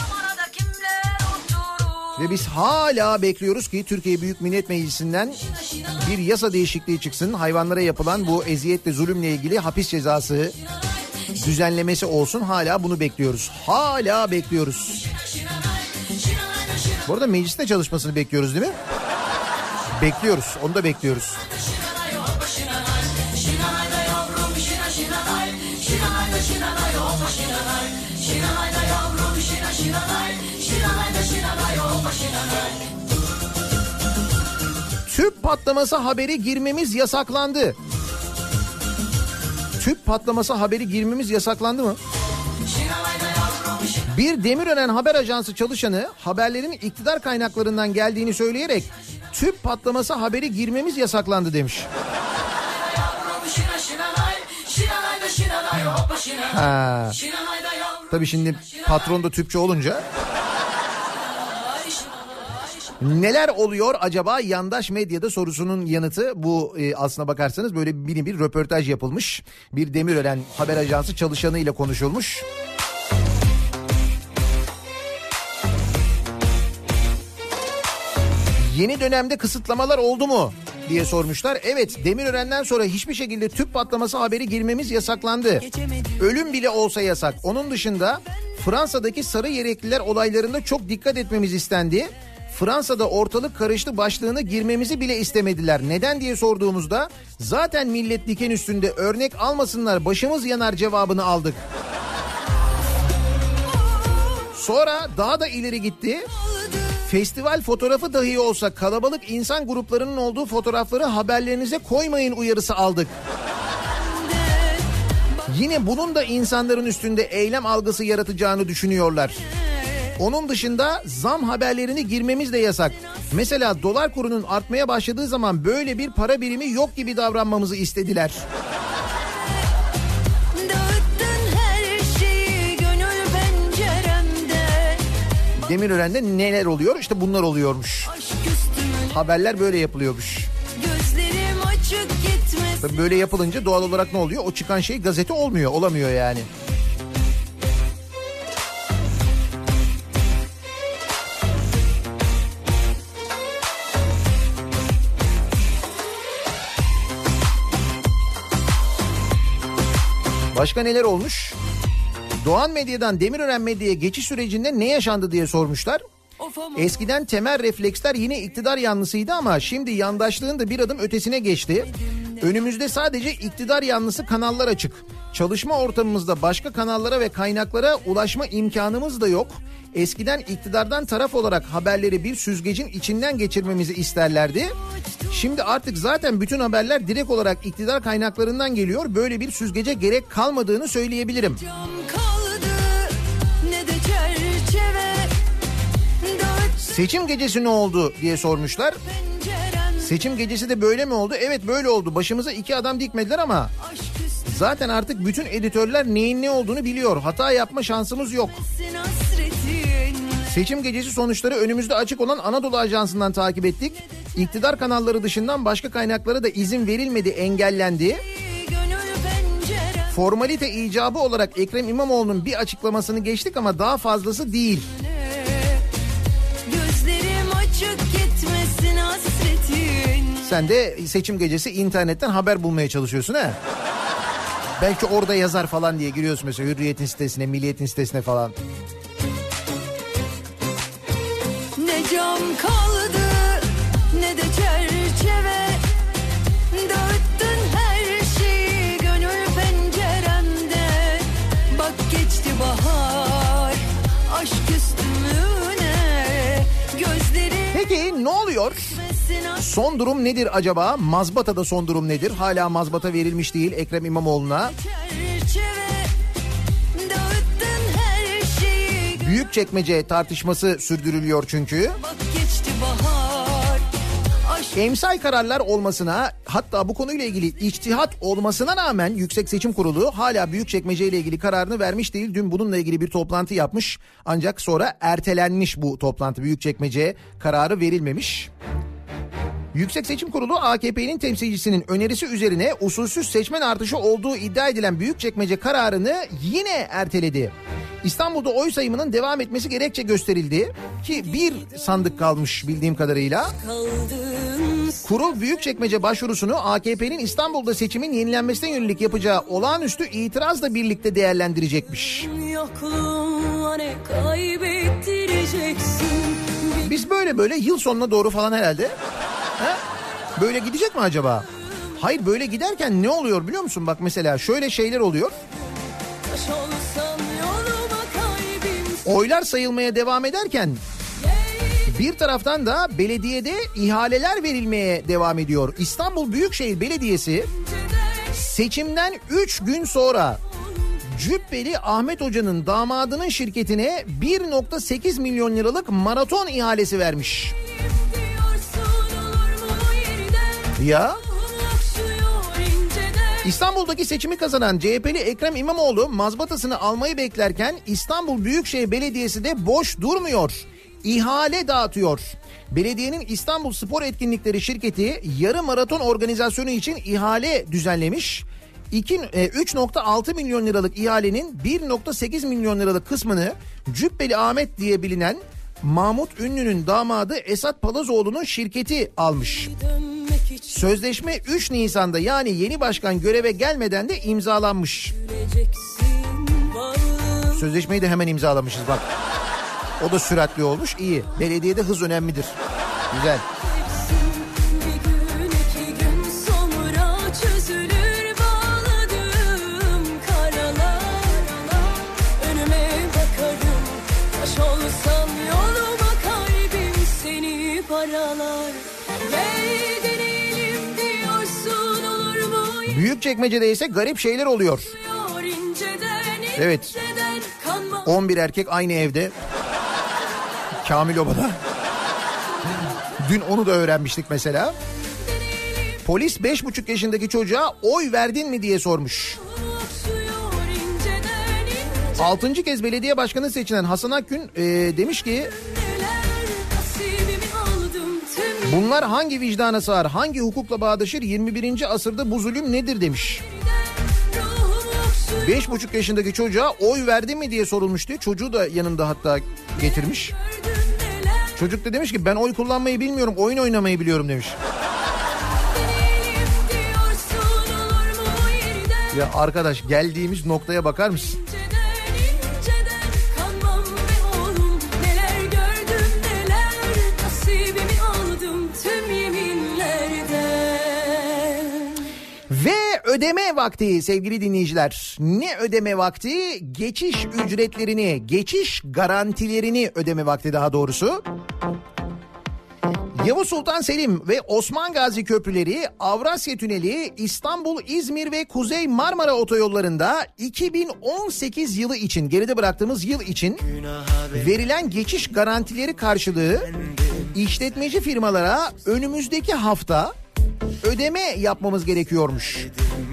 Ve biz hala bekliyoruz ki Türkiye Büyük Millet Meclisi'nden bir yasa değişikliği çıksın. Hayvanlara yapılan bu eziyetle zulümle ilgili hapis cezası düzenlemesi olsun. Hala bunu bekliyoruz. Hala bekliyoruz. Bu arada mecliste çalışmasını bekliyoruz değil mi? Bekliyoruz. Onu da bekliyoruz. Tüp patlaması haberi girmemiz yasaklandı. Tüp patlaması haberi girmemiz yasaklandı mı? Bir Demirören haber ajansı çalışanı haberlerin iktidar kaynaklarından geldiğini söyleyerek tüp patlaması haberi girmemiz yasaklandı demiş. Ha. Tabii şimdi patron da tüpçü olunca. Neler oluyor acaba yandaş medyada sorusunun yanıtı bu. E, aslına bakarsanız böyle mini bir röportaj yapılmış. Bir Demirören haber ajansı çalışanıyla konuşulmuş. Yeni dönemde kısıtlamalar oldu mu diye sormuşlar. Evet, Demirören'den sonra hiçbir şekilde tüp patlaması haberi girmemiz yasaklandı. Ölüm bile olsa yasak. Onun dışında Fransa'daki sarı yelekliler olaylarında çok dikkat etmemiz istendi. Fransa'da ortalık karıştı başlığını girmemizi bile istemediler. Neden diye sorduğumuzda zaten millet diken üstünde, örnek almasınlar başımız yanar cevabını aldık. Sonra daha da ileri gitti. Festival fotoğrafı dahi olsa kalabalık insan gruplarının olduğu fotoğrafları haberlerinize koymayın uyarısı aldık. Yine bunun da insanların üstünde eylem algısı yaratacağını düşünüyorlar. Onun dışında zam haberlerini girmemiz de yasak. Mesela dolar kurunun artmaya başladığı zaman böyle bir para birimi yok gibi davranmamızı istediler. Demirören'de neler oluyor? İşte bunlar oluyormuş. Haberler böyle yapılıyormuş. Tabii böyle yapılınca doğal olarak ne oluyor? O çıkan şey gazete olmuyor, olamıyor yani. Başka neler olmuş? Doğan Medya'dan Demirören Medya'ya geçiş sürecinde ne yaşandı diye sormuşlar. Eskiden temel refleksler yine iktidar yanlısıydı ama şimdi yandaşlığın da bir adım ötesine geçti. Önümüzde sadece iktidar yanlısı kanallar açık. Çalışma ortamımızda başka kanallara ve kaynaklara ulaşma imkanımız da yok. Eskiden iktidardan taraf olarak haberleri bir süzgecin içinden geçirmemizi isterlerdi. Şimdi artık zaten bütün haberler direkt olarak iktidar kaynaklarından geliyor. Böyle bir süzgece gerek kalmadığını söyleyebilirim. Seçim gecesi ne oldu diye sormuşlar. Seçim gecesi de böyle mi oldu? Evet böyle oldu. Başımıza iki adam dikmediler ama zaten artık bütün editörler neyin ne olduğunu biliyor. Hata yapma şansımız yok. Seçim gecesi sonuçları önümüzde açık olan Anadolu Ajansı'ndan takip ettik. İktidar kanalları dışından başka kaynaklara da izin verilmedi, engellendi. Formalite icabı olarak Ekrem İmamoğlu'nun bir açıklamasını geçtik ama daha fazlası değil. Sen de seçim gecesi internetten haber bulmaya çalışıyorsun ha? Belki orada yazar falan diye giriyorsun mesela Hürriyet'in sitesine, Milliyet'in sitesine falan. Ne cam kaldı ne de çerçeve, dağıttın her şeyi gönül penceremde. Bak geçti bahar aşk üstüne gözlerim. Peki ne oluyor? Son durum nedir acaba? Mazbata'da son durum nedir? Hala mazbata verilmiş değil Ekrem İmamoğlu'na. Büyükçekmece tartışması sürdürülüyor çünkü. Bak geçti bahar. Aşk Emsal kararlar olmasına, hatta bu konuyla ilgili içtihat olmasına rağmen Yüksek Seçim Kurulu hala Büyükçekmece ile ilgili kararını vermiş değil. Dün bununla ilgili bir toplantı yapmış ancak sonra ertelenmiş bu toplantı. Büyükçekmece kararı verilmemiş. Yüksek Seçim Kurulu A K P'nin temsilcisinin önerisi üzerine usulsüz seçmen artışı olduğu iddia edilen Büyükçekmece kararını yine erteledi. İstanbul'da oy sayımının devam etmesi gerekçe gösterildi ki bir sandık kalmış bildiğim kadarıyla. kaldın. Kurul Büyükçekmece başvurusunu A K P'nin İstanbul'da seçimin yenilenmesine yönelik yapacağı olağanüstü itirazla birlikte değerlendirecekmiş. Yokluğuna ne kaybettireceksin. Biz böyle böyle yıl sonuna doğru falan herhalde. Ha? Böyle gidecek mi acaba? Hayır, böyle giderken ne oluyor biliyor musun? Bak mesela şöyle şeyler oluyor. Taş olsam yoluma kaybim. Oylar sayılmaya devam ederken bir taraftan da belediyede ihaleler verilmeye devam ediyor. İstanbul Büyükşehir Belediyesi seçimden üç gün sonra Cübbeli Ahmet Hoca'nın damadının şirketine bir virgül sekiz milyon liralık maraton ihalesi vermiş. Ya İstanbul'daki seçimi kazanan C H P'li Ekrem İmamoğlu mazbatasını almayı beklerken İstanbul Büyükşehir Belediyesi de boş durmuyor. İhale dağıtıyor. Belediyenin İstanbul Spor Etkinlikleri şirketi yarı maraton organizasyonu için ihale düzenlemiş. üç virgül altı milyon liralık ihalenin bir virgül sekiz milyon liralık kısmını Cübbeli Ahmet diye bilinen Mahmut Ünlü'nün damadı Esat Palazoğlu'nun şirketi almış. Sözleşme üç Nisan'da yani yeni başkan göreve gelmeden de imzalanmış. Sözleşmeyi de hemen imzalamışız bak. O da süratli olmuş, iyi. Belediyede hız önemlidir. Güzel. Büyükçekmece'de ise garip şeyler oluyor. Evet. on bir erkek aynı evde. Kamil Oba'da. Dün onu da öğrenmiştik mesela. Polis beş buçuk yaşındaki çocuğa oy verdin mi diye sormuş. Altıncı kez belediye başkanı seçilen Hasan Akgün e, demiş ki bunlar hangi vicdana sığar, hangi hukukla bağdaşır, yirmi birinci asırda bu zulüm nedir demiş. Beş buçuk yaşındaki çocuğa oy verdin mi diye sorulmuştu. Çocuğu da yanında hatta getirmiş. Çocuk da demiş ki ben oy kullanmayı bilmiyorum, oyun oynamayı biliyorum demiş. Ya arkadaş, geldiğimiz noktaya bakar mısın? Ve ödeme vakti sevgili dinleyiciler. Ne ödeme vakti? Geçiş ücretlerini, geçiş garantilerini ödeme vakti daha doğrusu. Yavuz Sultan Selim ve Osman Gazi köprüleri, Avrasya Tüneli, İstanbul, İzmir ve Kuzey Marmara otoyollarında iki bin on sekiz yılı için, geride bıraktığımız yıl için verilen geçiş garantileri karşılığı işletmeci firmalara önümüzdeki hafta ödeme yapmamız gerekiyormuş.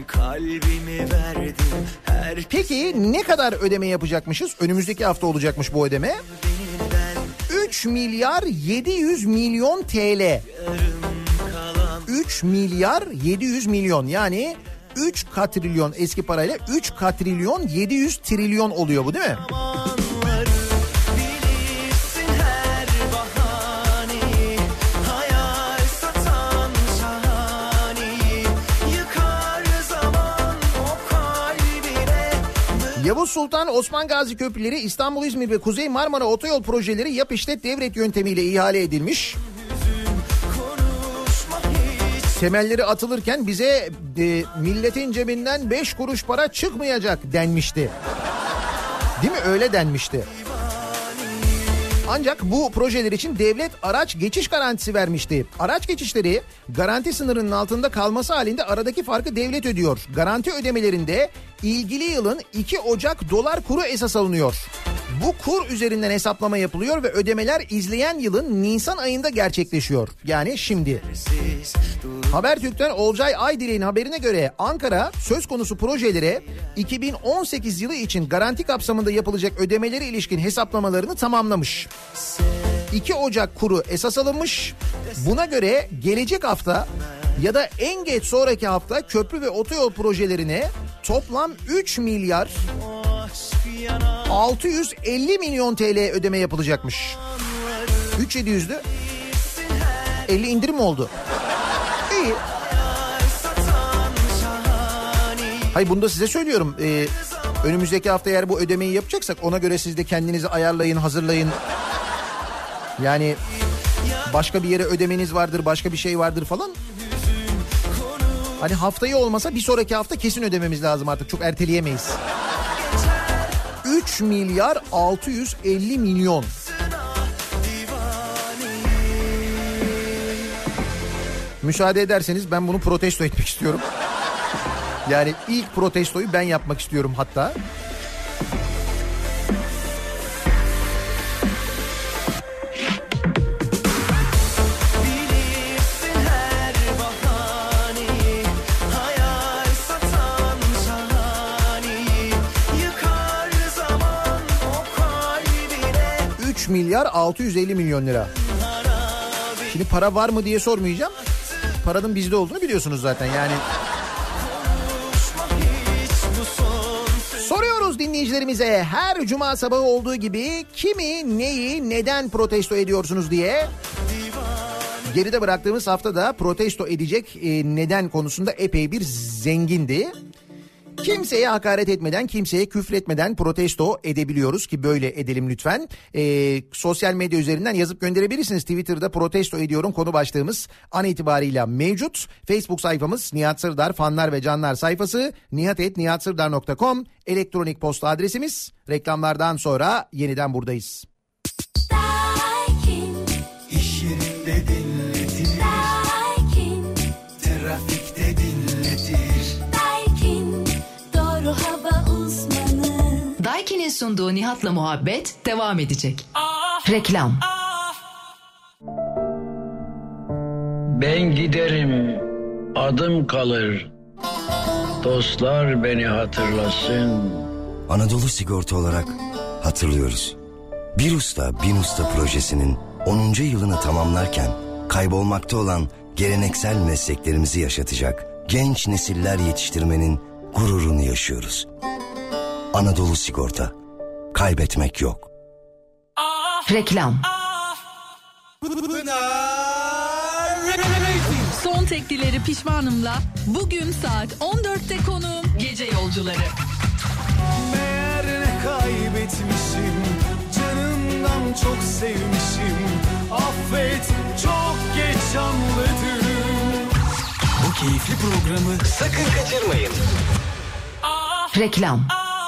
Peki ne kadar ödeme yapacakmışız? Önümüzdeki hafta olacakmış bu ödeme. üç milyar yedi yüz milyon T L. üç milyar yedi yüz milyon, yani üç katrilyon, eski parayla üç katrilyon yedi yüz trilyon oluyor bu, değil mi? Yavuz Sultan Osman Gazi köprüleri, İstanbul, İzmir ve Kuzey Marmara otoyol projeleri yap işlet devret yöntemiyle ihale edilmiş. Temelleri atılırken bize e, milletin cebinden beş kuruş para çıkmayacak denmişti. Değil mi? Öyle denmişti. Ancak bu projeler için devlet araç geçiş garantisi vermişti. Araç geçişleri garanti sınırının altında kalması halinde aradaki farkı devlet ödüyor. Garanti ödemelerinde ilgili yılın iki Ocak dolar kuru esas alınıyor. Bu kur üzerinden hesaplama yapılıyor ve ödemeler izleyen yılın Nisan ayında gerçekleşiyor. Yani şimdi. Habertürk'ten Olcay Aydilek'in haberine göre Ankara söz konusu projelere iki bin on sekiz yılı için garanti kapsamında yapılacak ödemelere ilişkin hesaplamalarını tamamlamış. iki Ocak kuru esas alınmış. Buna göre gelecek hafta ya da en geç sonraki hafta köprü ve otoyol projelerine toplam üç milyar altı yüz elli milyon T L ödeme yapılacakmış. üç bin yedi yüz'dü. elli indirim oldu. İyi. Hayır, bunu da size söylüyorum. Ee, önümüzdeki hafta eğer bu ödemeyi yapacaksak ona göre siz de kendinizi ayarlayın, hazırlayın. Yani başka bir yere ödemeniz vardır, başka bir şey vardır falan. Hani haftayı olmasa bir sonraki hafta kesin ödememiz lazım artık. Çok erteleyemeyiz. üç milyar altı yüz elli milyon. Müsaade ederseniz ben bunu protesto etmek istiyorum. Yani ilk protestoyu ben yapmak istiyorum hatta. üç milyar altı yüz elli milyon lira. Şimdi para var mı diye sormayacağım. Paranın bizde olduğunu biliyorsunuz zaten yani. Soruyoruz dinleyicilerimize her cuma sabahı olduğu gibi kimi, neyi, neden protesto ediyorsunuz diye. Geride bıraktığımız haftada protesto edecek neden konusunda epey bir zengindi. Kimseye hakaret etmeden, kimseye küfretmeden protesto edebiliyoruz ki böyle edelim lütfen. Ee, sosyal medya üzerinden yazıp gönderebilirsiniz. Twitter'da protesto ediyorum konu başlığımız an itibarıyla mevcut. Facebook sayfamız Nihat Sırdar fanlar ve canlar sayfası nihat et nihat sırdar nokta com elektronik posta adresimiz. Reklamlardan sonra yeniden buradayız. İş yerinde dinletir, trafikte dinletir. Hava uzmanı. Daiki'nin sunduğu Nihat'la Muhabbet devam edecek. Ah, reklam. Ah. Ben giderim, adım kalır. Dostlar beni hatırlasın. Anadolu Sigorta olarak hatırlıyoruz. Bir Usta Bin Usta projesinin onuncu yılını tamamlarken kaybolmakta olan geleneksel mesleklerimizi yaşatacak genç nesiller yetiştirmenin gururunu yaşıyoruz. Anadolu Sigorta. Kaybetmek yok. Reklam. Son teklileri pişmanımla bugün saat on dörtte konuğum Gece Yolcuları. Meğer ne kaybetmişim, canımdan çok sevmişim. Affet, çok geç anladım. Bu keyifli programı sakın kaçırmayın. Reklam.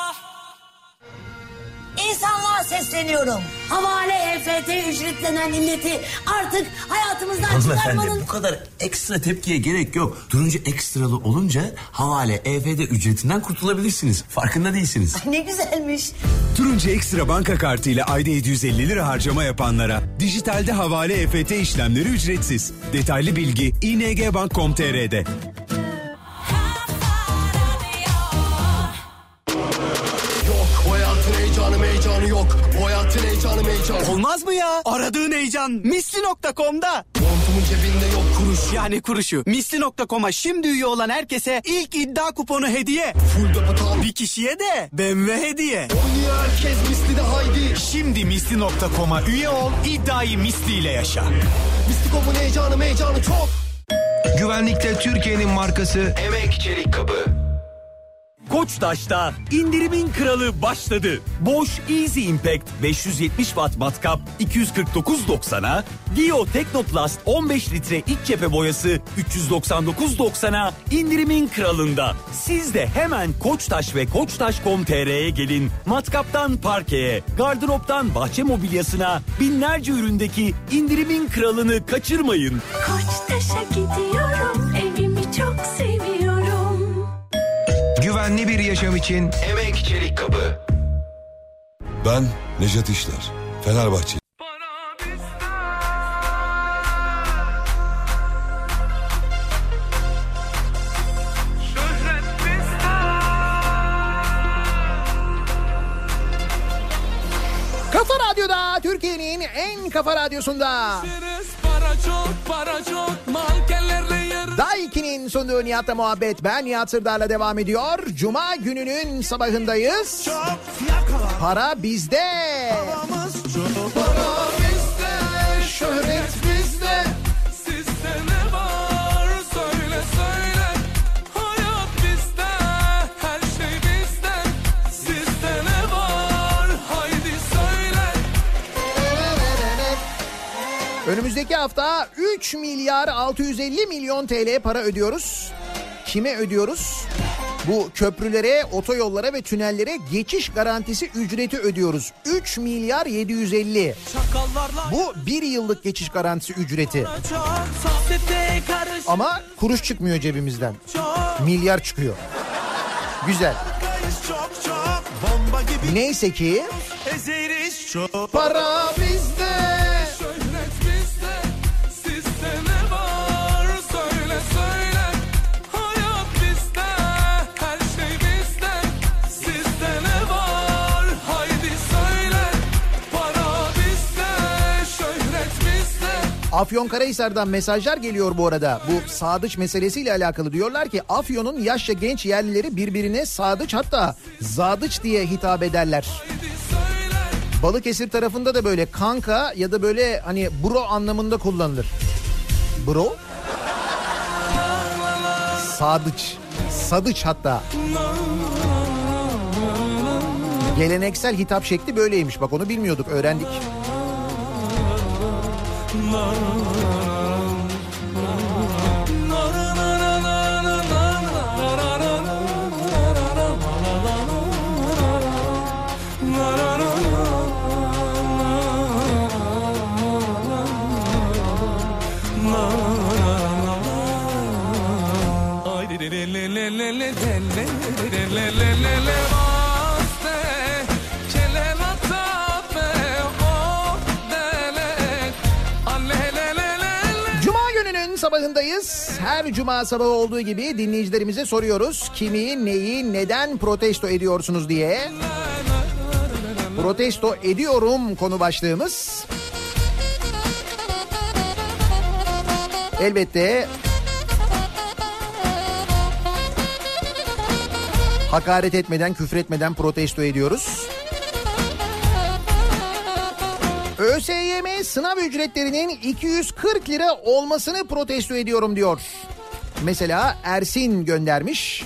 İnsanlığa sesleniyorum. Havale E F T ücretlenen illeti artık hayatımızdan çıkarmanın... Hanımefendi, bu kadar ekstra tepkiye gerek yok. Durunca ekstralı olunca havale E F T ücretinden kurtulabilirsiniz. Farkında değilsiniz. Ay ne güzelmiş. Turuncu Ekstra banka kartıyla ayda yedi yüz elli lira harcama yapanlara dijitalde havale E F T işlemleri ücretsiz. Detaylı bilgi i n g bank nokta com nokta t r'de. Heyecanım heyecanı yok. O hayatın heyecanı heyecanı. Olmaz mı ya? Aradığın heyecan misli nokta com'da. Montumun cebinde yok kuruş. Yani kuruşu. misli nokta com'a şimdi üye olan herkese ilk iddia kuponu hediye. Full depotan. Bir kişiye de B M W hediye. Oynuyor herkes misli de haydi. Şimdi misli nokta com'a üye ol, iddiayı misliyle yaşa. Misli kopun heyecanım heyecanı çok. Güvenlikte Türkiye'nin markası Emek Çelik Kapı. Koçtaş'ta indirimin kralı başladı. Bosch Easy Impact beş yüz yetmiş watt matkap iki yüz kırk dokuz doksana, Dio Teknoplast on beş litre iç cephe boyası üç yüz doksan dokuz doksana indirimin kralında. Siz de hemen Koçtaş ve koçtaş nokta com nokta t r'ye gelin. Matkaptan parkeye, gardıroptan bahçe mobilyasına binlerce üründeki indirimin kralını kaçırmayın. Koçtaş'a gidiyorum, evimi çok seviyorum. güvenli bir yaşam için Emek Çelik Kapı. Ben Nejat İşler, Fenerbahçe. Kafa Radyo'da, Türkiye'nin en kafa radyosunda. Para çok, para çok, mankenlerle yarış. Daiki'nin sunduğu Nihat'la muhabbet. Ben Nihat Sırdar'la devam ediyor. Cuma gününün sabahındayız. Para bizde. Para bizde, şöhret bizde. Sizde ne var söyle söyle. Hayat bizde, her şey bizde. Sizde ne var haydi söyle. Önümüzdeki hafta üç milyar altı yüz elli milyon T L para ödüyoruz. Kime ödüyoruz? Bu köprülere, otoyollara ve tünellere geçiş garantisi ücreti ödüyoruz. üç milyar yedi yüz elli. Bu bir yıllık geçiş garantisi ücreti. Ama kuruş çıkmıyor cebimizden. Milyar çıkıyor. Güzel. Neyse ki para bizde. Afyonkarahisar'dan mesajlar geliyor bu arada. Bu sadıç meselesiyle alakalı diyorlar ki Afyon'un yaşça genç yerlileri birbirine sadıç hatta zadıç diye hitap ederler. Balıkesir tarafında da böyle kanka ya da böyle hani bro anlamında kullanılır. Bro? Sadıç. Sadıç hatta. Geleneksel hitap şekli böyleymiş. Bak onu bilmiyorduk, öğrendik. Sabahındayız. Her cuma sabahı olduğu gibi dinleyicilerimize soruyoruz. Kimi, neyi, neden protesto ediyorsunuz diye. Protesto ediyorum konu başlığımız. Elbette hakaret etmeden, küfretmeden protesto ediyoruz. ÖSYM sınav ücretlerinin iki yüz kırk lira olmasını protesto ediyorum diyor. Mesela Ersin göndermiş.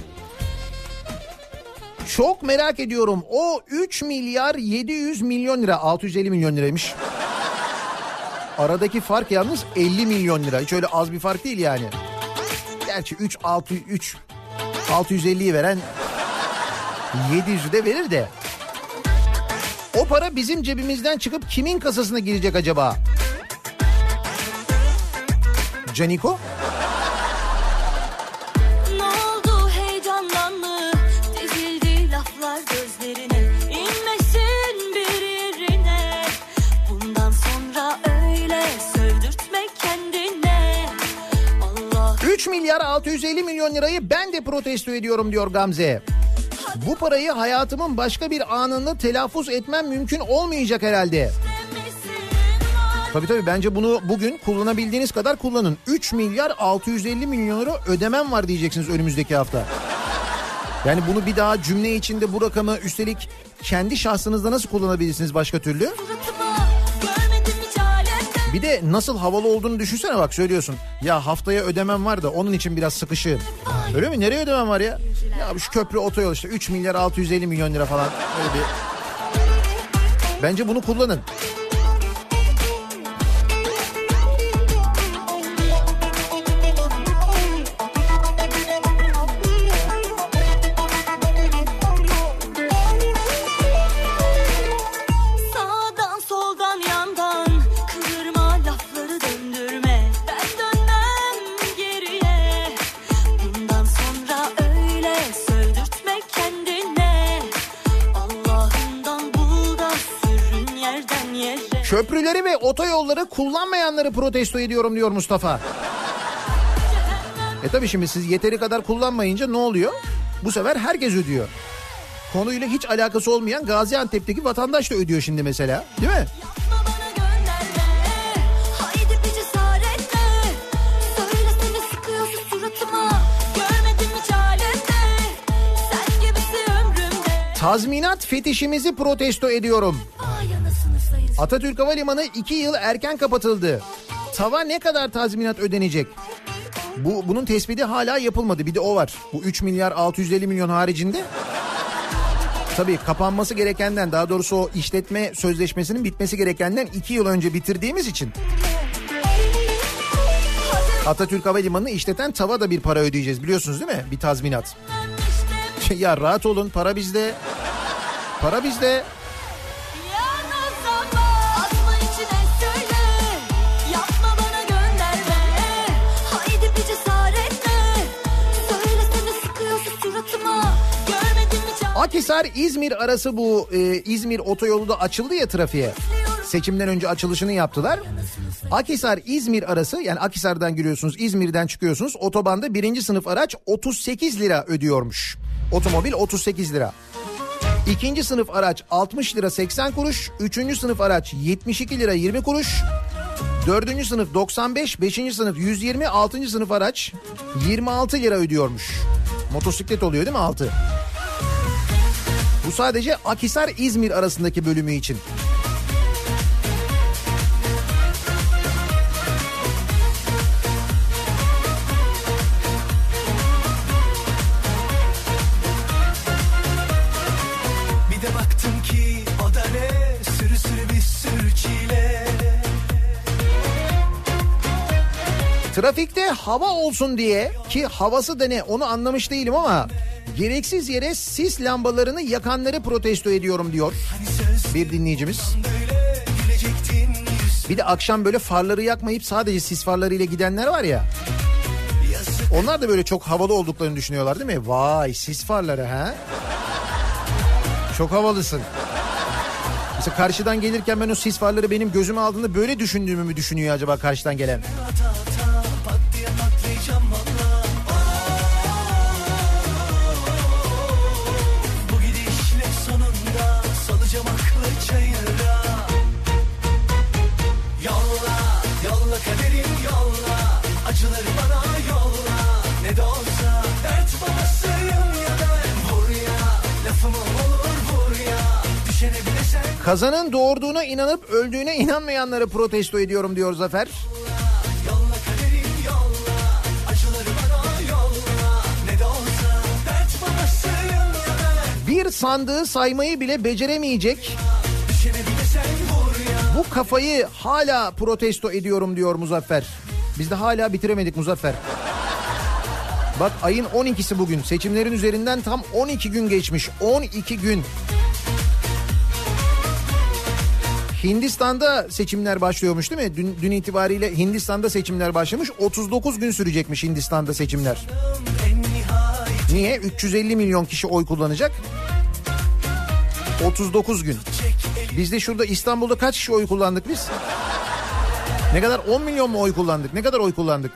Çok merak ediyorum, o üç milyar yedi yüz milyon lira, altı yüz elli milyon liraymış. Aradaki fark yalnız elli milyon lira. Hiç öyle az bir fark değil yani. Gerçi üç altı üç altı yüz elliyi veren yedi yüzü de verir de. O para bizim cebimizden çıkıp kimin kasasına girecek acaba? Caniko? Ne oldu, heyecandan mı dizildi laflar gözlerine, inmesin bir yerine. Bundan sonra öyle sövdürtme kendine. Allah. üç milyar altı yüz elli milyon lirayı ben de protesto ediyorum diyor Gamze. Bu parayı hayatımın başka bir anında telaffuz etmem mümkün olmayacak herhalde. Tabii tabii, bence bunu bugün kullanabildiğiniz kadar kullanın. üç milyar altı yüz elli milyon lira ödemem var diyeceksiniz önümüzdeki hafta. Yani bunu bir daha cümle içinde bu rakamı üstelik kendi şahsınızda nasıl kullanabilirsiniz başka türlü? Bir de nasıl havalı olduğunu düşünsene, bak söylüyorsun. Ya haftaya ödemem var da onun için biraz sıkışığım. Öyle mi? Nereye ödemem var ya? Ya şu köprü otoyol işte üç milyar altı yüz elli milyon lira falan. Öyle bir... Bence bunu kullanın. yerden yere. Köprüleri ve otoyolları kullanmayanları protesto ediyorum diyor Mustafa. E tabii şimdi siz yeteri kadar kullanmayınca ne oluyor? Bu sefer herkes ödüyor. Konuyla hiç alakası olmayan Gaziantep'teki vatandaş da ödüyor şimdi mesela. Değil mi? Tazminat fetişimizi protesto ediyorum. Atatürk Havalimanı iki yıl erken kapatıldı. Tava ne kadar tazminat ödenecek? Bu bunun tespiti hala yapılmadı. Bir de o var. Bu üç milyar altı yüz elli milyon haricinde. Tabii kapanması gerekenden, daha doğrusu o işletme sözleşmesinin bitmesi gerekenden iki yıl önce bitirdiğimiz için Atatürk Havalimanı'nı işleten Tava da bir para ödeyeceğiz, biliyorsunuz değil mi? Bir tazminat. Ya rahat olun, para bizde. Para bizde. Akhisar İzmir arası, bu e, İzmir otoyolu da açıldı ya trafiğe. Seçimden önce açılışını yaptılar. Akhisar İzmir arası, yani Akhisar'dan giriyorsunuz, İzmir'den çıkıyorsunuz. Otobanda birinci sınıf araç otuz sekiz lira ödüyormuş. Otomobil otuz sekiz lira. İkinci sınıf araç altmış lira seksen kuruş. Üçüncü sınıf araç yetmiş iki lira yirmi kuruş. Dördüncü sınıf doksan beş. Beşinci sınıf yüz yirmi. Altıncı sınıf araç yirmi altı lira ödüyormuş. Motosiklet oluyor değil mi altı? Bu sadece Akhisar İzmir arasındaki bölümü için. Bir de baktım ki o da ne, sürü sürü bir sürü çile. Trafikte hava olsun diye, ki havası da ne onu anlamış değilim ama gereksiz yere sis lambalarını yakanları protesto ediyorum diyor bir dinleyicimiz. Bir de akşam böyle farları yakmayıp sadece sis farlarıyla gidenler var ya. Onlar da böyle çok havalı olduklarını düşünüyorlar değil mi? Vay, sis farları ha? Çok havalısın. Mesela karşıdan gelirken ben o sis farları benim gözüme aldığında böyle düşündüğümü mü düşünüyor acaba karşıdan gelen? Kazanın doğurduğuna inanıp öldüğüne inanmayanları protesto ediyorum diyor Zafer. Bir sandığı saymayı bile beceremeyecek bu kafayı hala protesto ediyorum diyor Muzaffer. Biz de hala bitiremedik Muzaffer. Bak ayın on ikisi bugün. Seçimlerin üzerinden tam on iki gün geçmiş. on iki gün. Hindistan'da seçimler başlıyormuş değil mi? Dün, dün itibariyle Hindistan'da seçimler başlamış. otuz dokuz gün sürecekmiş Hindistan'da seçimler. Niye? üç yüz elli milyon kişi oy kullanacak. otuz dokuz gün. Biz de şurada İstanbul'da kaç kişi oy kullandık biz? Ne kadar? on milyon mu oy kullandık? Ne kadar oy kullandık?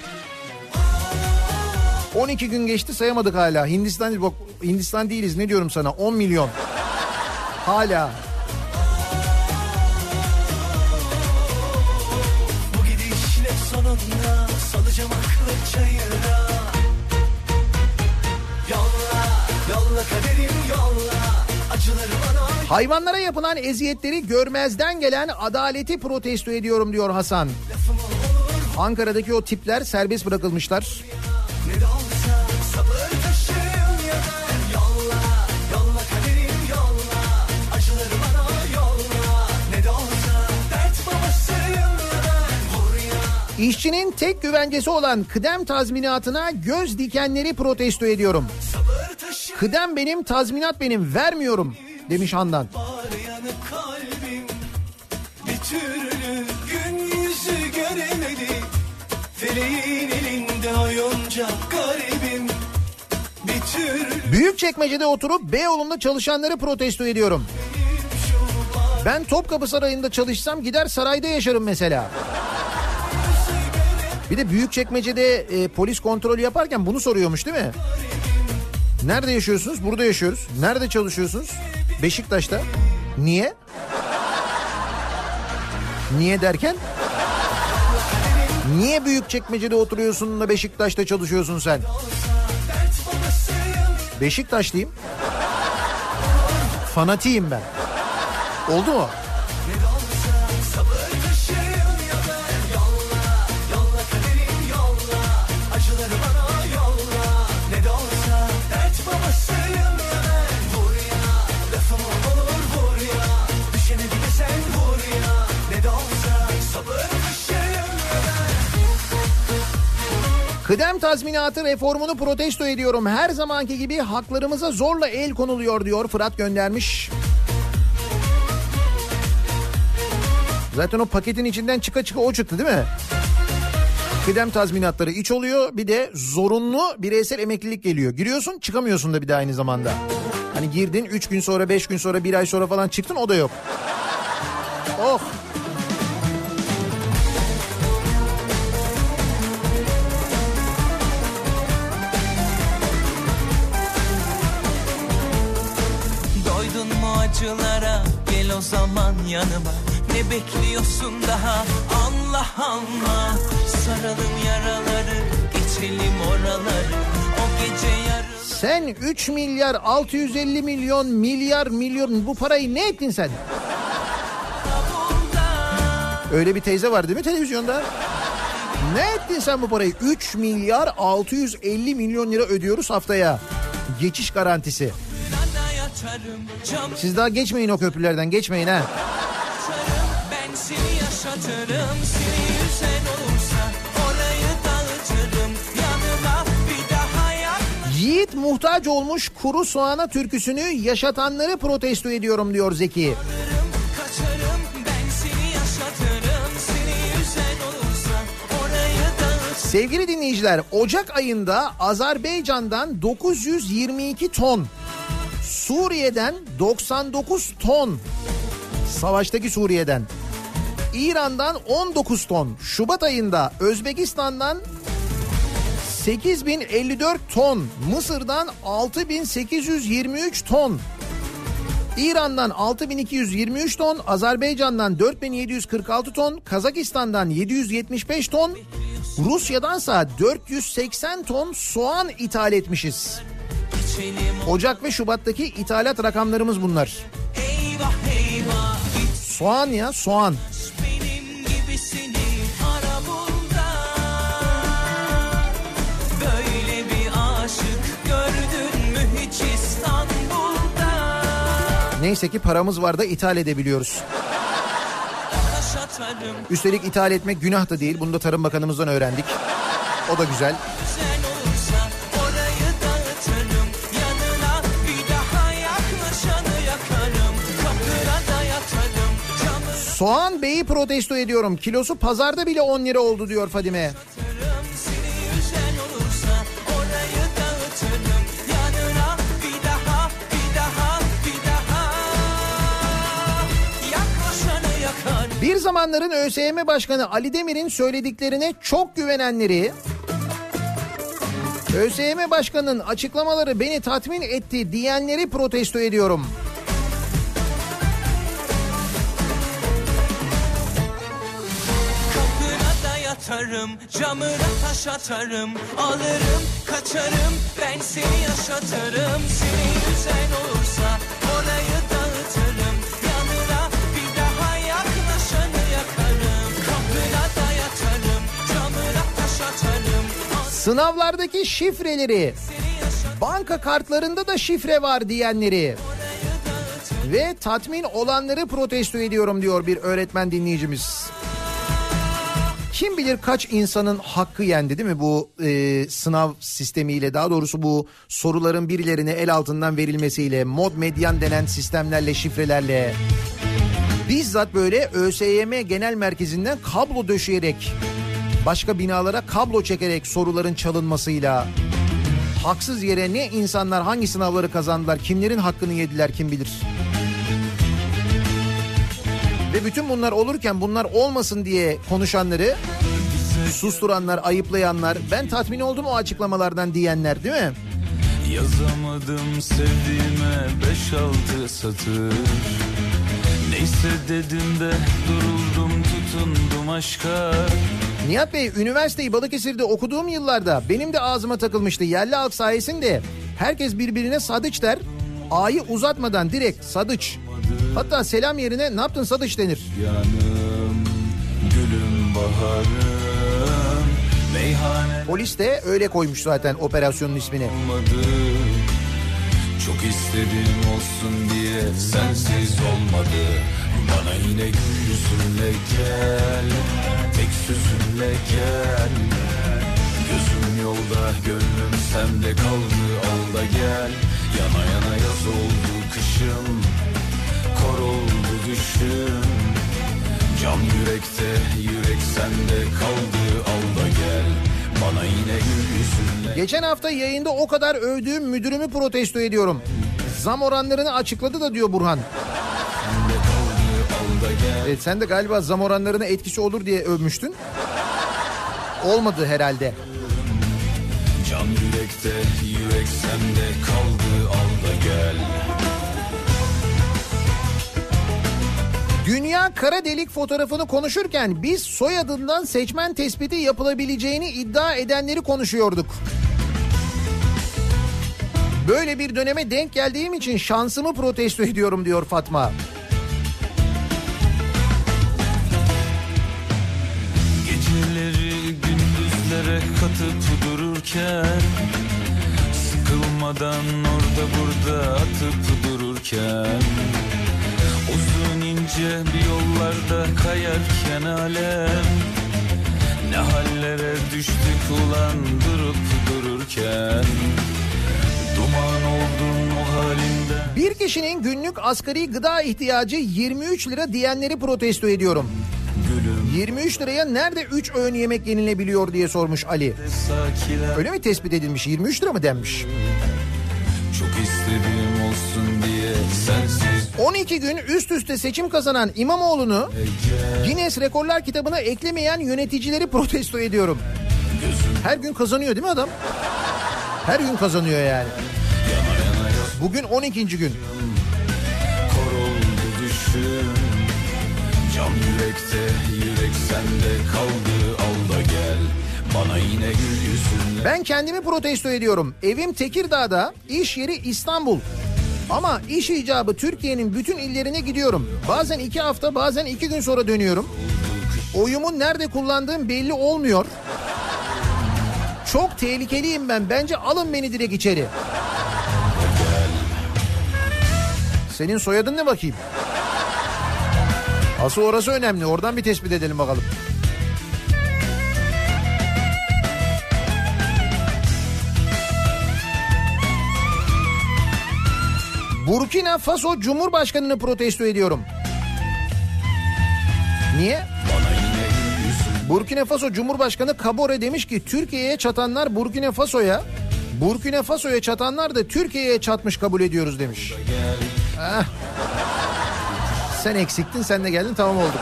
on iki gün geçti, sayamadık hala. Hindistan, bak, Hindistan değiliz, ne diyorum sana, on milyon. Hala. Bu gidişle sonunda salacağım aklı çayıra. Yolla, yolla kaderim yolla, acıları bana. Hayvanlara yapılan eziyetleri görmezden gelen adaleti protesto ediyorum diyor Hasan. Ankara'daki o tipler serbest bırakılmışlar. Ne de olsa sabır taşım ya ben. Yolla, yolla kaderim yolla, acıları bana yolla. Ne de olsa dert babasıyım ya ben. Vur ya. İşçinin tek güvencesi olan kıdem tazminatına göz dikenleri protesto ediyorum. Kıdem benim, tazminat benim, vermiyorum demiş Handan. Yanık kalbim bir türlü gün yüzü göremedi. Feleğin elinde oyuncak garibim bir türlü. Büyükçekmece'de oturup Beyoğlu'nda çalışanları protesto ediyorum. Ben Topkapı Sarayı'nda çalışsam gider sarayda yaşarım mesela. Bir de Büyükçekmece'de e, polis kontrolü yaparken bunu soruyormuş değil mi? Nerede yaşıyorsunuz? Burada yaşıyoruz. Nerede çalışıyorsunuz? Beşiktaş'ta. Niye? Niye derken? Niye Büyükçekmece'de oturuyorsun da Beşiktaş'ta çalışıyorsun sen? Beşiktaşlıyım. Fanatiyim ben. Oldu mu? Kıdem tazminatı reformunu protesto ediyorum. Her zamanki gibi haklarımıza zorla el konuluyor diyor. Fırat göndermiş. Zaten o paketin içinden çıka çıka o çıktı değil mi? Kıdem tazminatları iç oluyor, bir de zorunlu bireysel emeklilik geliyor. Giriyorsun, çıkamıyorsun da bir de aynı zamanda. Hani girdin üç gün sonra, beş gün sonra, bir ay sonra falan çıktın, o da yok. Oh! Doydun mu acılara, gel o zaman yanıma. Ne bekliyorsun daha, Allah Allah. Saralım yaraları, geçelim oraları. O gece yarın... Sen üç milyar altı yüz elli milyon milyar milyon bu parayı ne ettin sen? Öyle bir teyze var değil mi televizyonda? Ne ettin sen bu parayı? üç milyar altı yüz elli milyon lira ödüyoruz haftaya. Geçiş garantisi. Siz daha geçmeyin o köprülerden, geçmeyin ha. Ben seni yaşatırım, seni yüzen olursa orayı dağıtırım, yanıma bir daha yaklaşırım. Yiğit muhtaç olmuş kuru soğana türküsünü yaşatanları protesto ediyorum diyor Zeki. Kaçarım, ben seni yaşatırım, seni yüzen olursa orayı dağıtırım. Sevgili dinleyiciler, Ocak ayında Azerbaycan'dan dokuz yüz yirmi iki ton, Suriye'den doksan dokuz ton, savaştaki Suriye'den, İran'dan on dokuz ton, Şubat ayında Özbekistan'dan sekiz bin elli dört ton, Mısır'dan altı bin sekiz yüz yirmi üç ton, İran'dan altı bin iki yüz yirmi üç ton, Azerbaycan'dan dört bin yedi yüz kırk altı ton, Kazakistan'dan yedi yüz yetmiş beş ton, Rusya'dansa dört yüz seksen ton soğan ithal etmişiz. Ocak ve Şubat'taki ithalat rakamlarımız bunlar. Eyvah eyvah, soğan ya, soğan. Benim gibisini ara bunda. Böyle bir aşık gördün mü hiç İstanbul'da? Neyse ki paramız var da ithal edebiliyoruz. Üstelik ithal etmek günah da değil. Bunu da Tarım Bakanımızdan öğrendik. O da güzel. Soğan Bey'i protesto ediyorum. Kilosu pazarda bile on lira oldu diyor Fadime. Bir zamanların ÖSYM Başkanı Ali Demir'in söylediklerine çok güvenenleri, ÖSYM Başkanı'nın açıklamaları beni tatmin etti diyenleri protesto ediyorum. Atarım, camına taş atarım, alırım, kaçarım, ben seni yaşatırım, seni yüzen olursa orayı dağıtırım, yanına bir daha yaklaşanı yakarım, kapına da yatarım, camına taş atarım. Sınavlardaki şifreleri, banka kartlarında da şifre var diyenleri ve tatmin olanları protesto ediyorum diyor bir öğretmen dinleyicimiz. Kim bilir kaç insanın hakkı yendi değil mi bu e, sınav sistemiyle, daha doğrusu bu soruların birilerine el altından verilmesiyle, mod medyan denen sistemlerle, şifrelerle, bizzat böyle ÖSYM Genel Merkezi'nden kablo döşeyerek, başka binalara kablo çekerek soruların çalınmasıyla, haksız yere ne insanlar hangi sınavları kazandılar, kimlerin hakkını yediler kim bilir. Ve bütün bunlar olurken bunlar olmasın diye konuşanları, susturanlar, ayıplayanlar, ben tatmin oldum o açıklamalardan diyenler, değil mi? Yazamadım sevdiğime beş altı satır. Neyse dedim de duruldum, tutundum aşka. Nihat Bey, üniversiteyi Balıkesir'de okuduğum yıllarda benim de ağzıma takılmıştı. Yerli halk sayesinde herkes birbirine sadıç der. A'yı uzatmadan direkt sadıç. Hatta selam yerine ne yaptın sadıç denir. Yanım, gülüm, baharım, meyhane. Polis de öyle koymuş zaten operasyonun ismini. Olmadı. Çok istedim olsun diye sensiz olmadı. Bana yine gül yüzünle gel, tek sözünle gel. Gözüm yolda, gönlüm sende kaldı, al da gel. Yana yana yaz oldu kışım, kor oldu düşüm. Can yürekte, yürek sende kaldı, al da gel. Bana yine gül yüzünle. Geçen hafta yayında o kadar övdüğüm müdürümü protesto ediyorum. Zam oranlarını açıkladı da diyor Burhan. Evet, sen de galiba zam oranlarına etkisi olur diye övmüştün. Olmadı herhalde. Can yürekte, yürek sende kaldı, al da gel. Dünya kara delik fotoğrafını konuşurken biz soyadından seçmen tespiti yapılabileceğini iddia edenleri konuşuyorduk. Böyle bir döneme denk geldiğim için şansımı protesto ediyorum diyor Fatma. Geceleri gündüzlere katıp dururken, sıkılmadan orada burada atıp dururken, uzun ince bir yollarda kayarken alem, ne hallere düştük ulan durup dururken, duman oldun o halinden. Bir kişinin günlük asgari gıda ihtiyacı yirmi üç lira diyenleri protesto ediyorum. yirmi üç liraya nerede üç öğün yemek yenilebiliyor diye sormuş Ali. Öyle mi tespit edilmiş? yirmi üç lira mı denmiş? Çok istediğim olsun diye sensiz. on iki gün üst üste seçim kazanan İmamoğlu'nu Guinness Rekorlar kitabına eklemeyen yöneticileri protesto ediyorum. Her gün kazanıyor değil mi adam? Her gün kazanıyor yani. Bugün on ikinci gün. Kor oldu düşüm. Can yürekte, yürek sende kaldı, al da gel. Bana yine gül yüzünle. Ben kendimi protesto ediyorum. Evim Tekirdağ'da, iş yeri İstanbul. Ama iş icabı Türkiye'nin bütün illerine gidiyorum. Bazen iki hafta, bazen iki gün sonra dönüyorum. Oyumu nerede kullandığım belli olmuyor. Çok tehlikeliyim ben. Bence alın beni direkt içeri. Senin soyadın ne bakayım? Asıl orası önemli. Oradan bir tespit edelim bakalım. Burkina Faso Cumhurbaşkanı'nı protesto ediyorum. Niye? Burkina Faso Cumhurbaşkanı Kabore demiş ki Türkiye'ye çatanlar Burkina Faso'ya, Burkina Faso'ya çatanlar da Türkiye'ye çatmış kabul ediyoruz demiş. Ah. Sen eksiktin, sen de geldin, tamam olduk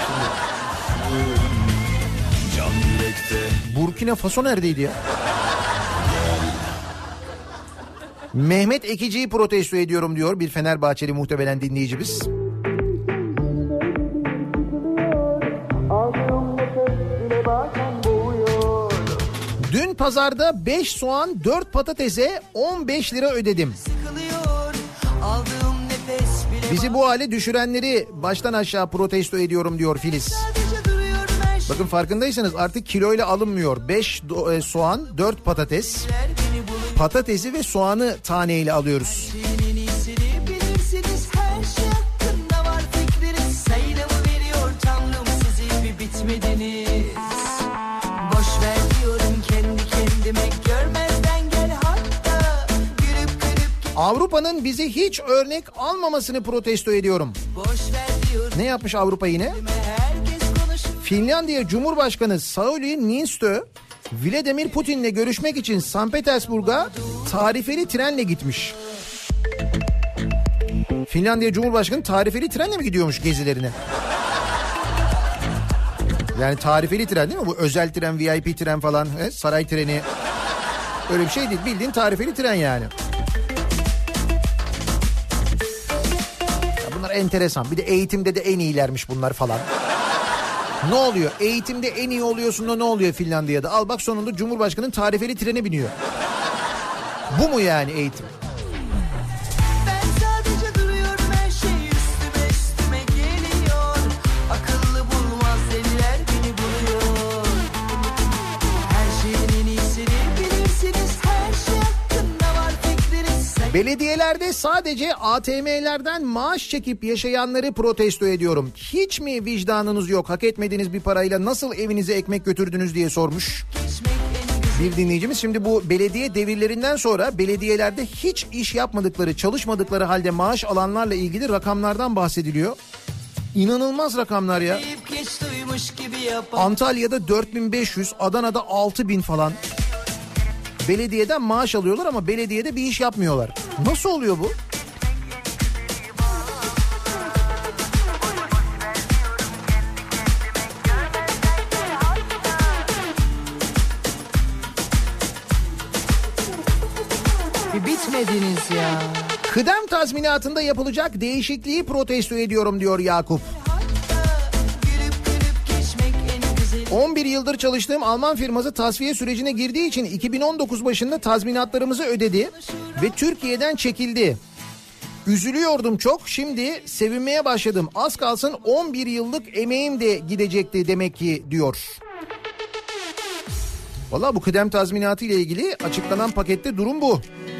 şimdi. Burkina Faso neredeydi ya? Mehmet Ekici'yi protesto ediyorum diyor bir Fenerbahçeli muhtemelen dinleyicimiz. Dün pazarda beş soğan dört patatese on beş lira ödedim. Bizi bu hale düşürenleri baştan aşağı protesto ediyorum diyor Filiz. Bakın farkındaysanız artık kiloyla alınmıyor. beş do- e, soğan, dört patates. Patatesi ve soğanı taneyle alıyoruz. Avrupa'nın bizi hiç örnek almamasını protesto ediyorum. Ne yapmış Avrupa yine? Finlandiya Cumhurbaşkanı Sauli Niinistö, Vladimir Putin'le görüşmek için Sankt Petersburg'a tarifeli trenle gitmiş. Finlandiya Cumhurbaşkanı tarifeli trenle mi gidiyormuş gezilerine? Yani tarifeli tren değil mi? Bu özel tren, V I P tren falan, he? Saray treni. Öyle bir şey değil. Bildiğin tarifeli tren yani. Ya bunlar enteresan. Bir de eğitimde de en iyilermiş bunlar falan. Ne oluyor? Eğitimde en iyi oluyorsun da ne oluyor Finlandiya'da? Al bak sonunda Cumhurbaşkanı'nın tarifeli trene biniyor. Bu mu yani eğitim? Belediyelerde sadece A T M'lerden maaş çekip yaşayanları protesto ediyorum. Hiç mi vicdanınız yok? Hak etmediğiniz bir parayla nasıl evinize ekmek götürdünüz diye sormuş bir dinleyicimiz. Şimdi bu belediye devirlerinden sonra belediyelerde hiç iş yapmadıkları, çalışmadıkları halde maaş alanlarla ilgili rakamlardan bahsediliyor. İnanılmaz rakamlar ya. Antalya'da dört bin beş yüz, Adana'da altı bin falan. Belediyeden maaş alıyorlar ama belediyede bir iş yapmıyorlar. Nasıl oluyor bu? Bir bitmediniz ya. Kıdem tazminatında yapılacak değişikliği protesto ediyorum diyor Yakup. on bir yıldır çalıştığım Alman firması tasfiye sürecine girdiği için iki bin on dokuz başında tazminatlarımızı ödedi ve Türkiye'den çekildi. Üzülüyordum çok, şimdi sevinmeye başladım. Az kalsın on bir yıllık emeğim de gidecekti demek ki diyor. Vallahi bu kıdem tazminatı ile ilgili açıklanan pakette durum bu.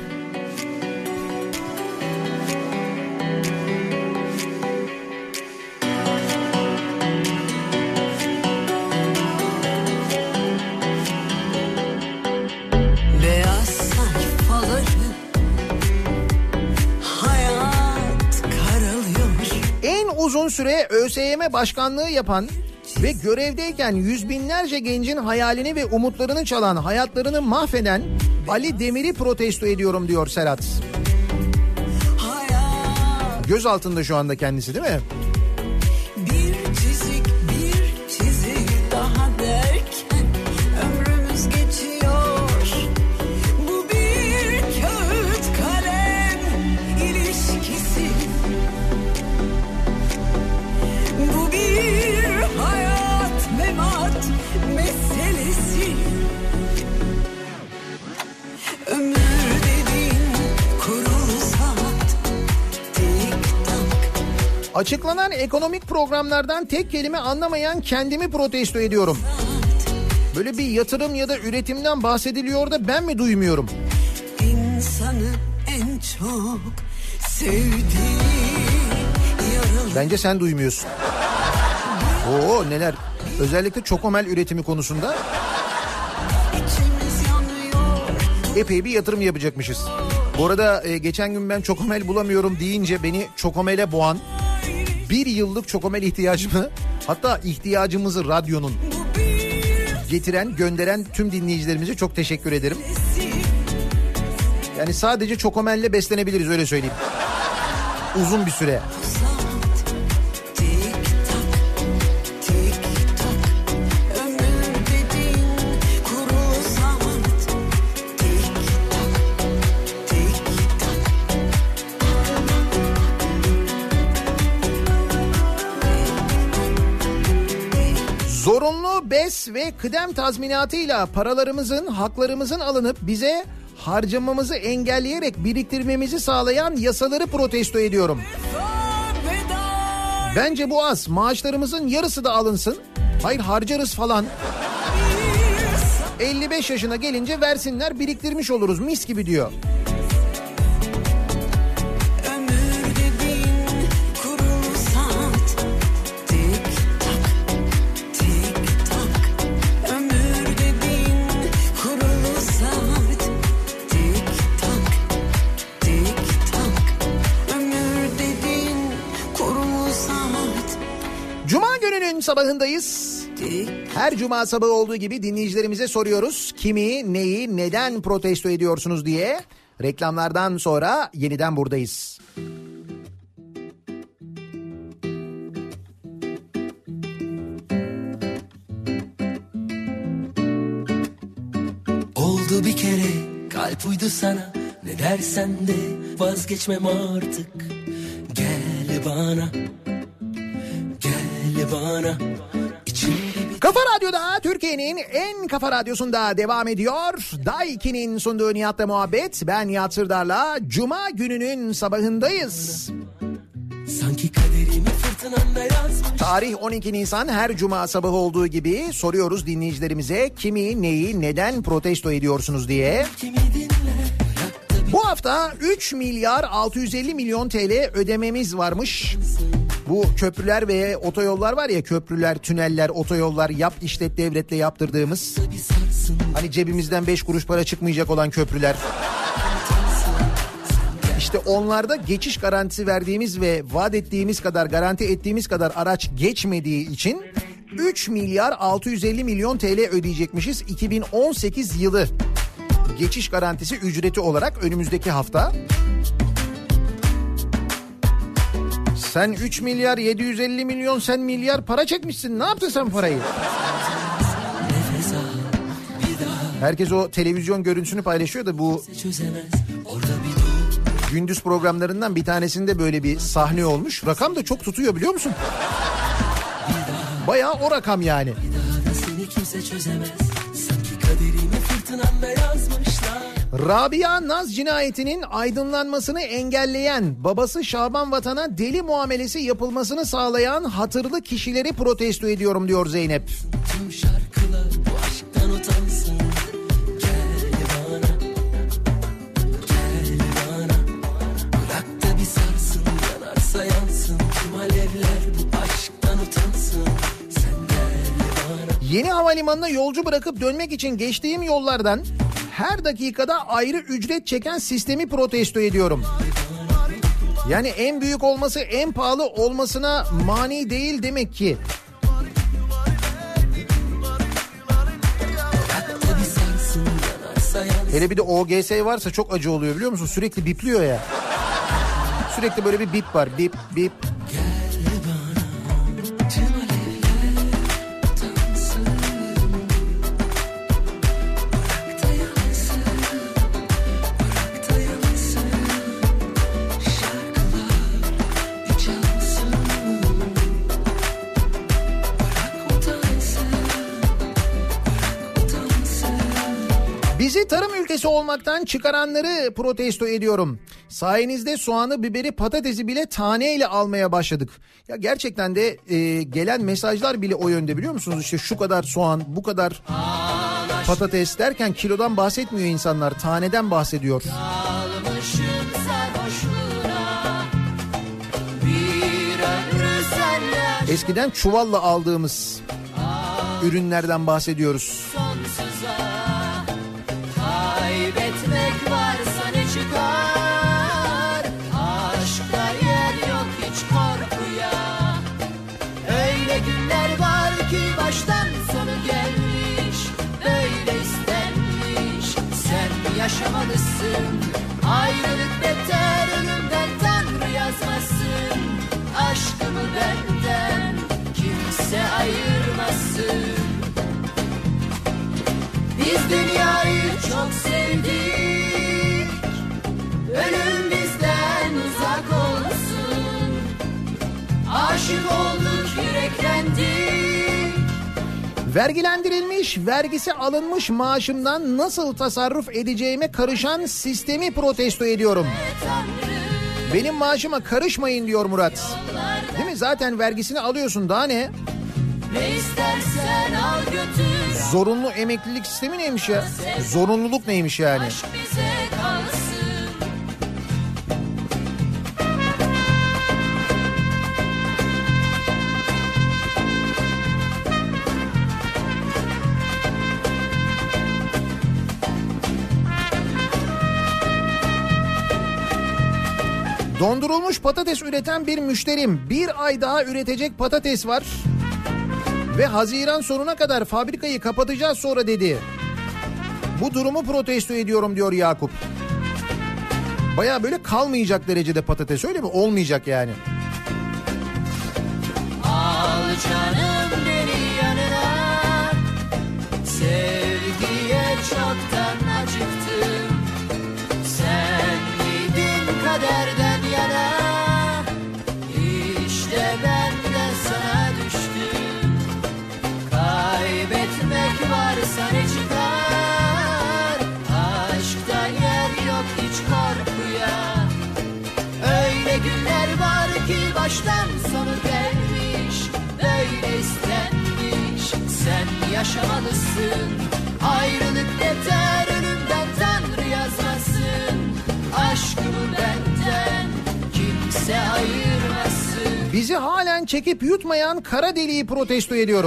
Uzun süre ÖSYM başkanlığı yapan ve görevdeyken yüz binlerce gencin hayalini ve umutlarını çalan, hayatlarını mahveden Ali Demir'i protesto ediyorum diyor Serhat. Göz altında şu anda kendisi değil mi? Bir çizik, bir çizik daha derken ömrümüz geçiyor. Bu bir kağıt kalem ilişkisi. Bu bir hayat memat meselesi. Ömür dediğin kurulu saat, tik tak. Açıklanan ekonomik programlardan tek kelime anlamayan kendimi protesto ediyorum. Böyle bir yatırım ya da üretimden bahsediliyor da ben mi duymuyorum? İnsanı en çok sevdiği yaralı. Bence sen duymuyorsun. Oo neler. Özellikle çokomel üretimi konusunda epey bir yatırım yapacakmışız. Bu arada e, geçen gün ben çokomel bulamıyorum deyince beni çokomele boğan, bir yıllık çokomel ihtiyacımı, hatta ihtiyacımızı radyonun getiren, gönderen tüm dinleyicilerimize çok teşekkür ederim. Yani sadece çokomelle beslenebiliriz, öyle söyleyeyim. Uzun bir süre. Zorunlu BES ve kıdem tazminatıyla paralarımızın, haklarımızın alınıp bize harcamamızı engelleyerek biriktirmemizi sağlayan yasaları protesto ediyorum. Bence bu az. Maaşlarımızın yarısı da alınsın. Hayır, harcarız falan. elli beş yaşına gelince versinler, biriktirmiş oluruz mis gibi diyor. Sabahındayız. Her cuma sabahı olduğu gibi dinleyicilerimize soruyoruz. Kimi, neyi, neden protesto ediyorsunuz diye. Reklamlardan sonra yeniden buradayız. Oldu bir kere kalp uydu sana. Ne dersen de vazgeçmem artık. Gel bana, gel bana. Kafa Radyo'da, Türkiye'nin en kafa radyosunda devam ediyor. Daiki'nin sunduğu Nihat'la muhabbet. Ben Nihat Sırdar'la Cuma gününün sabahındayız. Sanki kaderimi fırtınanda yazmış. Tarih on iki Nisan, her Cuma sabahı olduğu gibi soruyoruz dinleyicilerimize kimi, neyi, neden protesto ediyorsunuz diye. Bu hafta üç milyar altı yüz elli milyon T L ödememiz varmış. Bu köprüler ve otoyollar var ya, köprüler, tüneller, otoyollar, yap işlet devletle yaptırdığımız. Hani cebimizden beş kuruş para çıkmayacak olan köprüler. İşte onlarda geçiş garantisi verdiğimiz ve vaat ettiğimiz kadar, garanti ettiğimiz kadar araç geçmediği için üç milyar altı yüz elli milyon T L ödeyecekmişiz iki bin on sekiz yılı. Geçiş garantisi ücreti olarak önümüzdeki hafta. Sen üç milyar yedi yüz elli milyon, sen milyar para çekmişsin. Ne yaptın sen parayı? Herkes o televizyon görüntüsünü paylaşıyor da bu gündüz programlarından bir tanesinde böyle bir sahne olmuş. Rakam da çok tutuyor, biliyor musun? Bayağı o rakam yani. Seni kimse çözemez. Sanki kaderimi fırtınanda yazmışlar. Rabia Naz cinayetinin aydınlanmasını engelleyen, babası Şaban Vatan'a deli muamelesi yapılmasını sağlayan hatırlı kişileri protesto ediyorum diyor Zeynep. Tüm şarkılar bu aşktan utansın. Gel bana, gel bana. Bırak da bir sarsın, yanarsa yansın. Tüm alevler bu aşktan utansın. Sen gel bana. Yeni havalimanına yolcu bırakıp dönmek için geçtiğim yollardan her dakikada ayrı ücret çeken sistemi protesto ediyorum. Yani en büyük olması en pahalı olmasına mani değil demek ki. Hele bir de O G S varsa çok acı oluyor, biliyor musun? Sürekli bipliyor ya. Sürekli böyle bir bip var. Bip bip. Bizi tarım ülkesi olmaktan çıkaranları protesto ediyorum. Sayenizde soğanı, biberi, patatesi bile taneyle almaya başladık. Ya gerçekten de e, gelen mesajlar bile o yönde, biliyor musunuz? İşte şu kadar soğan, bu kadar patates derken kilodan bahsetmiyor insanlar. Taneden bahsediyor. Eskiden çuvalla aldığımız ürünlerden bahsediyoruz. Kaybetmek varsa ne çıkar? Aşkta yer yok hiç korkuya. Öyle günler var ki baştan sonu gelmiş. Böyle istenmiş. Sen yaşamalısın. Ayrılık beter, ölümden Tanrı yazmasın. Aşkımı benden kimse ayırmasın. Biz dünyayı çok sevdik. Ölüm bizden uzak olsun. Aşık olduk, yüreklendik. Vergilendirilmiş, vergisi alınmış maaşımdan nasıl tasarruf edeceğime karışan sistemi protesto ediyorum. Benim maaşıma karışmayın diyor Murat. Değil mi? Zaten vergisini alıyorsun, daha ne? Ne istersen al götür. Zorunlu emeklilik sistemi neymiş ya? Zorunluluk neymiş yani? Aşk bize kalsın. Dondurulmuş patates üreten bir müşterim. Bir ay daha üretecek patates var. Ve Haziran sonuna kadar fabrikayı kapatacağız sonra dedi. Bu durumu protesto ediyorum diyor Yakup. Baya böyle kalmayacak derecede patates, öyle mi? Olmayacak yani. Al canım beni yanına. Sevgiye çoktan aç yaşamalısın. Ayrılık yeter, ölümden Tanrı yazmasın. Aşkımı benden kimse ayırmasın. Bizi halen çekip yutmayan kara deliği protesto ediyorum.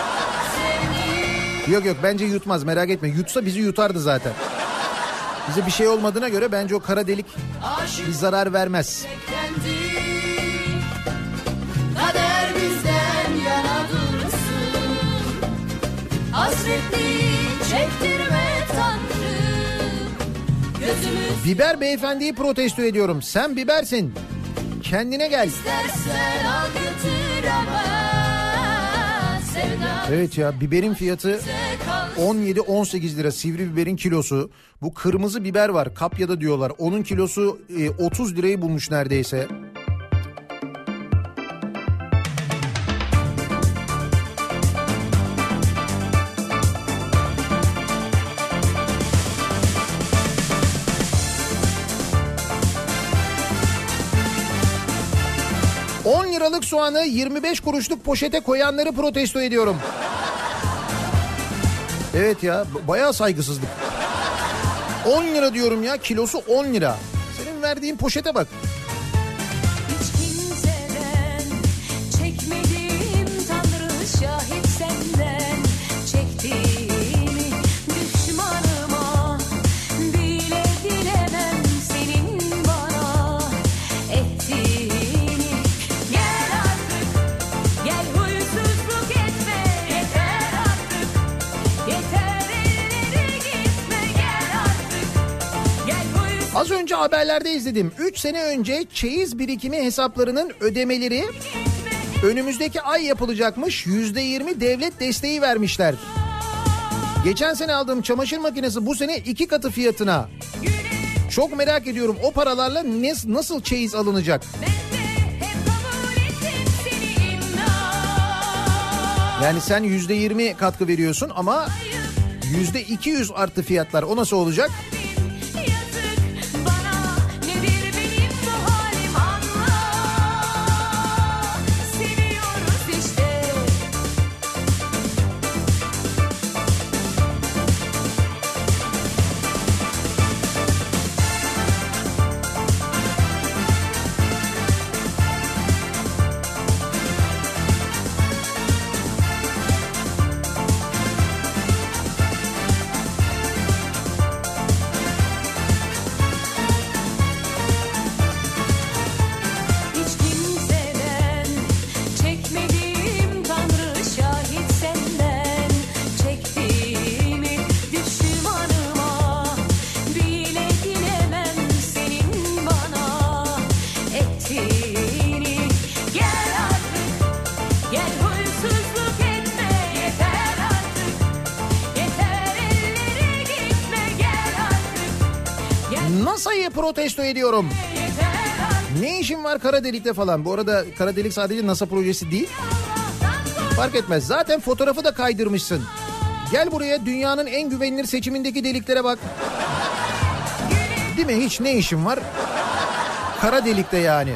Yok yok, bence yutmaz, merak etme. Yutsa bizi yutardı zaten. Bize bir şey olmadığına göre bence o kara delik bir zarar vermez. Kader bizden yana dursun. Hasretli çektirme Tanrım. Gözümüz Biber beyefendiyi protesto ediyorum. Sen bibersin. Kendine gel. istersen al götür ama sevda. Evet ya, biberin fiyatı on yedi on sekiz lira, sivri biberin kilosu. Bu kırmızı biber var, kapyada diyorlar. Onun kilosu otuz lirayı bulmuş neredeyse. on liralık soğanı yirmi beş kuruşluk poşete koyanları protesto ediyorum. Evet ya, bayağı saygısızlık. on lira diyorum ya, kilosu on lira. Senin verdiğin poşete bak. Hiç kimseden çekmedim Tanrı şahit senden. Çektiğimi düşmanıma bile bilemem senin bana ettiğini. Gel artık, gel huysuzluk etme. Yeter artık, yeter elleri gitme. Gel artık, gel huysuzluk. Az önce haberlerde izledim. üç sene önce çeyiz birikimi hesaplarının ödemeleri önümüzdeki ay yapılacakmış. yüzde yirmi devlet desteği vermişler. Geçen sene aldığım çamaşır makinesi bu sene iki katı fiyatına. Çok merak ediyorum, o paralarla ne, nasıl çeyiz alınacak? Yani sen yüzde yirmi katkı veriyorsun ama yüzde iki yüz arttı fiyatlar. O nasıl olacak? NASA'yı protesto ediyorum. Ne işin var kara delikte falan? Bu arada kara delik sadece NASA projesi değil. Fark etmez. Zaten fotoğrafı da kaydırmışsın. Gel buraya, dünyanın en güvenilir seçimindeki deliklere bak. Değil mi? Hiç ne işin var? Kara delikte yani.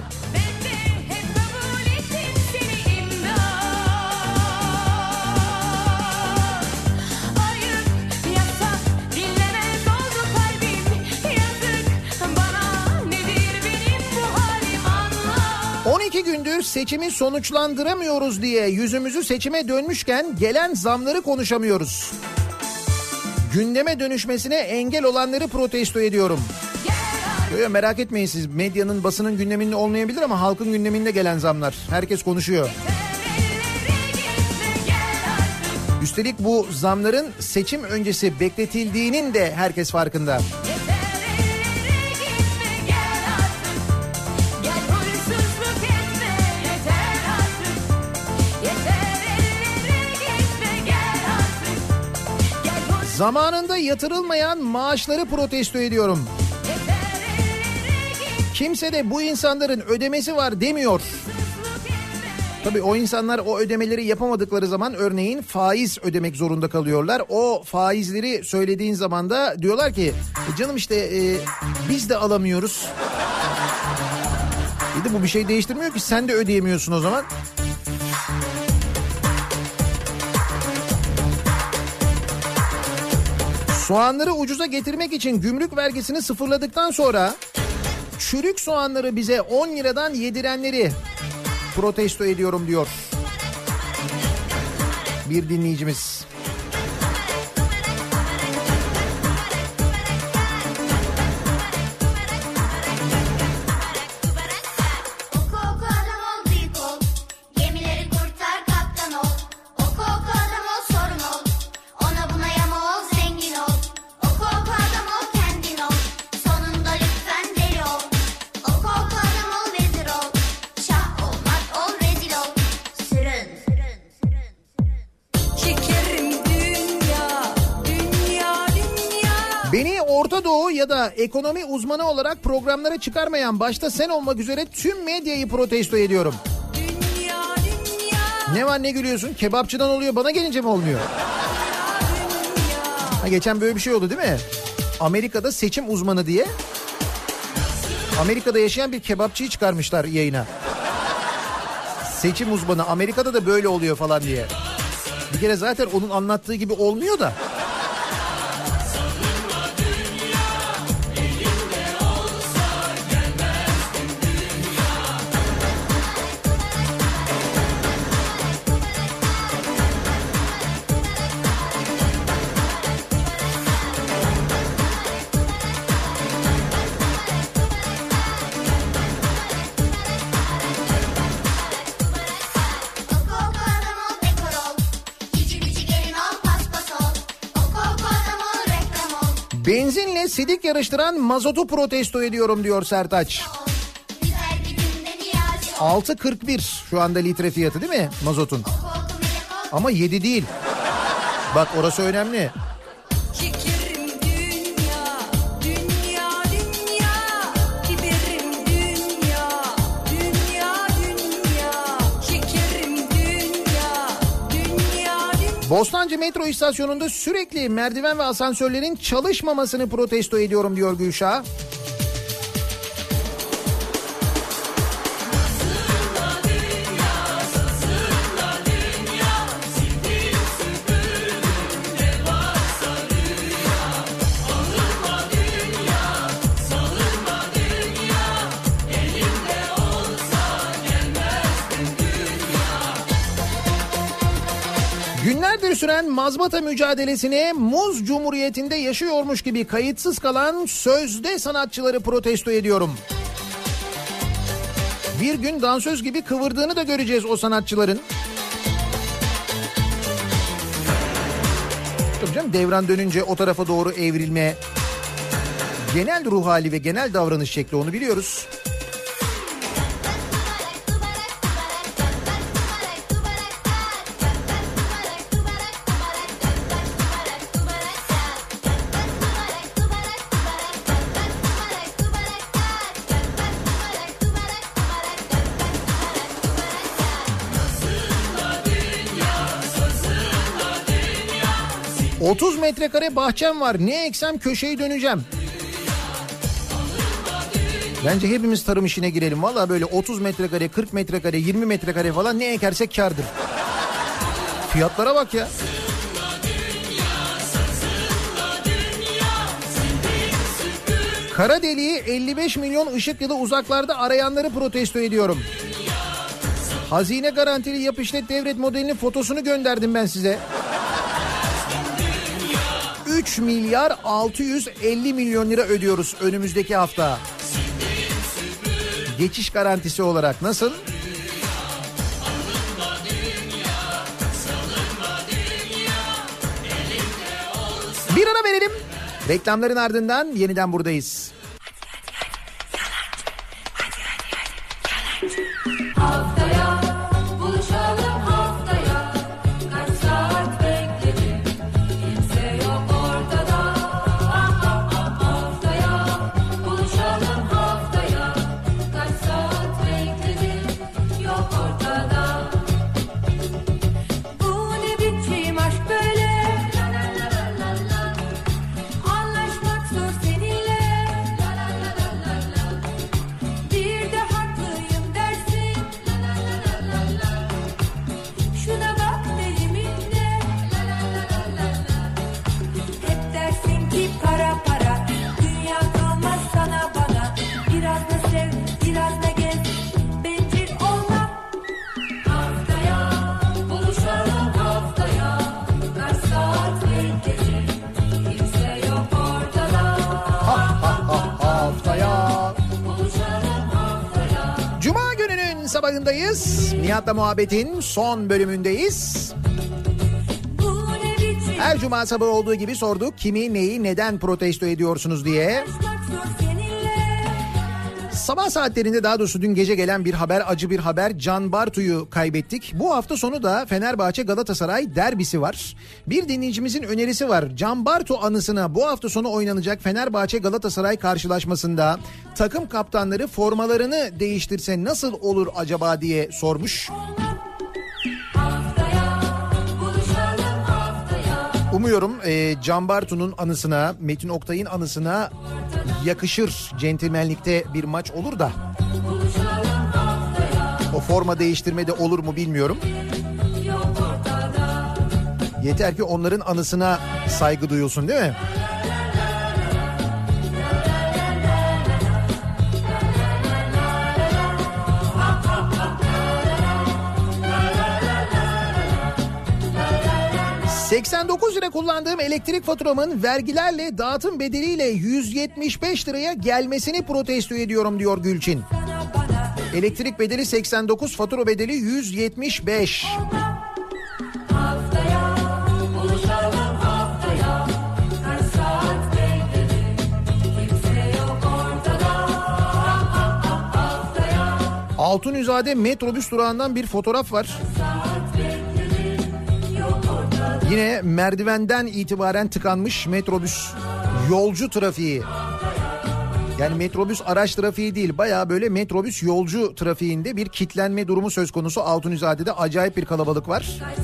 on iki gündür seçimi sonuçlandıramıyoruz diye yüzümüzü seçime dönmüşken gelen zamları konuşamıyoruz. Gündeme dönüşmesine engel olanları protesto ediyorum. Yo, merak etmeyin siz, medyanın, basının gündeminde olmayabilir ama halkın gündeminde gelen zamlar. Herkes konuşuyor. Üstelik bu zamların seçim öncesi bekletildiğinin de herkes farkında. Zamanında yatırılmayan maaşları protesto ediyorum. Kimse de bu insanların ödemesi var demiyor. Tabii o insanlar o ödemeleri yapamadıkları zaman örneğin faiz ödemek zorunda kalıyorlar. O faizleri söylediğin zaman da diyorlar ki e canım işte e, biz de alamıyoruz. Bir de bu bir şey değiştirmiyor ki, sen de ödeyemiyorsun o zaman. Soğanları ucuza getirmek için gümrük vergisini sıfırladıktan sonra çürük soğanları bize on liradan yedirenleri protesto ediyorum diyor bir dinleyicimiz. Orta Doğu ya da ekonomi uzmanı olarak programlara çıkarmayan başta sen olmak üzere tüm medyayı protesto ediyorum. Dünya, dünya. Ne var ne gülüyorsun? Kebapçıdan oluyor, bana gelince mi olmuyor? Ha, geçen böyle bir şey oldu değil mi? Amerika'da seçim uzmanı diye Amerika'da yaşayan bir kebapçıyı çıkarmışlar yayına. Seçim uzmanı, Amerika'da da böyle oluyor falan diye. Bir kere zaten onun anlattığı gibi olmuyor da. Benzinle sidik yarıştıran mazotu protesto ediyorum diyor Sertaç. altı kırk bir şu anda litre fiyatı değil mi mazotun? Ama yedi değil. Bak orası önemli. Bostancı metro istasyonunda sürekli merdiven ve asansörlerin çalışmamasını protesto ediyorum diyor Gülşah. Günlerdir süren mazbata mücadelesini Muz Cumhuriyeti'nde yaşıyormuş gibi kayıtsız kalan sözde sanatçıları protesto ediyorum. Bir gün dansöz gibi kıvırdığını da göreceğiz o sanatçıların. Tabii canım, devran dönünce o tarafa doğru evrilme, genel ruh hali ve genel davranış şekli, onu biliyoruz. otuz metrekare bahçem var. Ne eksem köşeyi döneceğim. Bence hepimiz tarım işine girelim. Valla böyle otuz metrekare, kırk metrekare, yirmi metrekare falan ne ekersek kârdır. Fiyatlara bak ya. Kara deliği elli beş milyon ışık yılı uzaklarda arayanları protesto ediyorum. Hazine garantili yap işlet devret modelinin fotosunu gönderdim ben size. üç milyar altı yüz elli milyon lira ödüyoruz önümüzdeki hafta. Geçiş garantisi olarak nasıl? Bir ara verelim. Reklamların ardından yeniden buradayız. Haftaya buluşalım haftaya. Kaç saat bekledim. Kimse yok ortada. Haftaya buluşalım haftaya. Kaç saat bekledim. Yok ortada. Bu ne biçim aşk böyle. Anlaşmak zor seninle. sabahındayız. Nihat'la muhabbetin son bölümündeyiz. Her cuma sabahı olduğu gibi sorduk. Kimi, neyi, neden protesto ediyorsunuz diye. Sabah saatlerinde, daha doğrusu dün gece gelen bir haber, acı bir haber. Can Bartu'yu kaybettik. Bu hafta sonu da Fenerbahçe Galatasaray derbisi var. Bir dinleyicimizin önerisi var. Can Bartu anısına bu hafta sonu oynanacak Fenerbahçe Galatasaray karşılaşmasında takım kaptanları formalarını değiştirse nasıl olur acaba diye sormuş. Umuyorum e, Can Bartu'nun anısına, Metin Oktay'ın anısına yakışır, centilmenlikte bir maç olur da. O forma değiştirme de olur mu bilmiyorum. Yeter ki onların anısına saygı duyulsun, değil mi? seksen dokuz lira kullandığım elektrik faturamın vergilerle, dağıtım bedeliyle yüz yetmiş beş liraya gelmesini protesto ediyorum diyor Gülçin. Elektrik bedeli seksen dokuz, fatura bedeli yüz yetmiş beş. Altunizade metrobüs durağından bir fotoğraf var. Yine merdivenden itibaren tıkanmış metrobüs yolcu trafiği. Yani metrobüs araç trafiği değil, bayağı böyle metrobüs yolcu trafiğinde bir kitlenme durumu söz konusu. Altunizade'de acayip bir kalabalık var.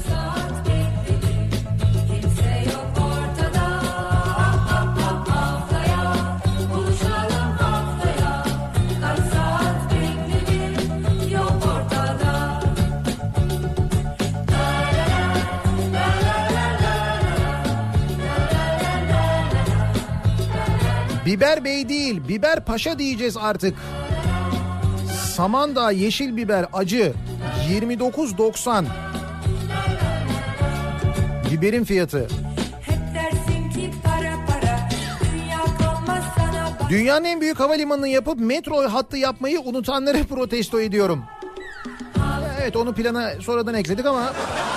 Biber Bey değil, Biber Paşa diyeceğiz artık. Samandağ yeşil biber acı yirmi dokuz doksan. Biberin fiyatı. Dünyanın en büyük havalimanını yapıp metro hattı yapmayı unutanları protesto ediyorum. Evet, onu plana sonradan ekledik ama...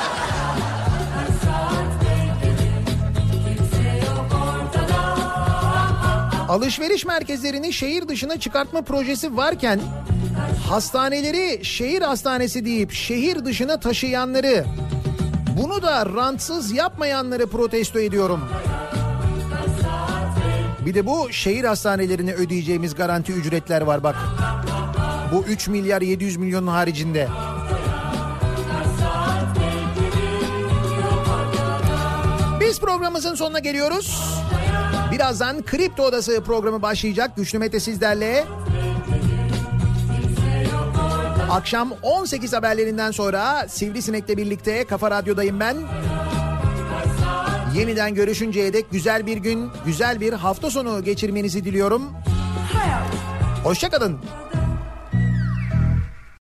Alışveriş merkezlerini şehir dışına çıkartma projesi varken hastaneleri şehir hastanesi deyip şehir dışına taşıyanları, bunu da rantsız yapmayanları protesto ediyorum. Bir de bu şehir hastanelerine ödeyeceğimiz garanti ücretler var bak. Bu üç milyar yedi yüz milyonun haricinde. Biz programımızın sonuna geliyoruz. Birazdan Kripto Odası programı başlayacak. Güçlü Mete sizlerle. Akşam on sekiz haberlerinden sonra Sivrisinek'le birlikte Kafa Radyo'dayım ben. Yeniden görüşünceye dek güzel bir gün, güzel bir hafta sonu geçirmenizi diliyorum. Hoşça kalın.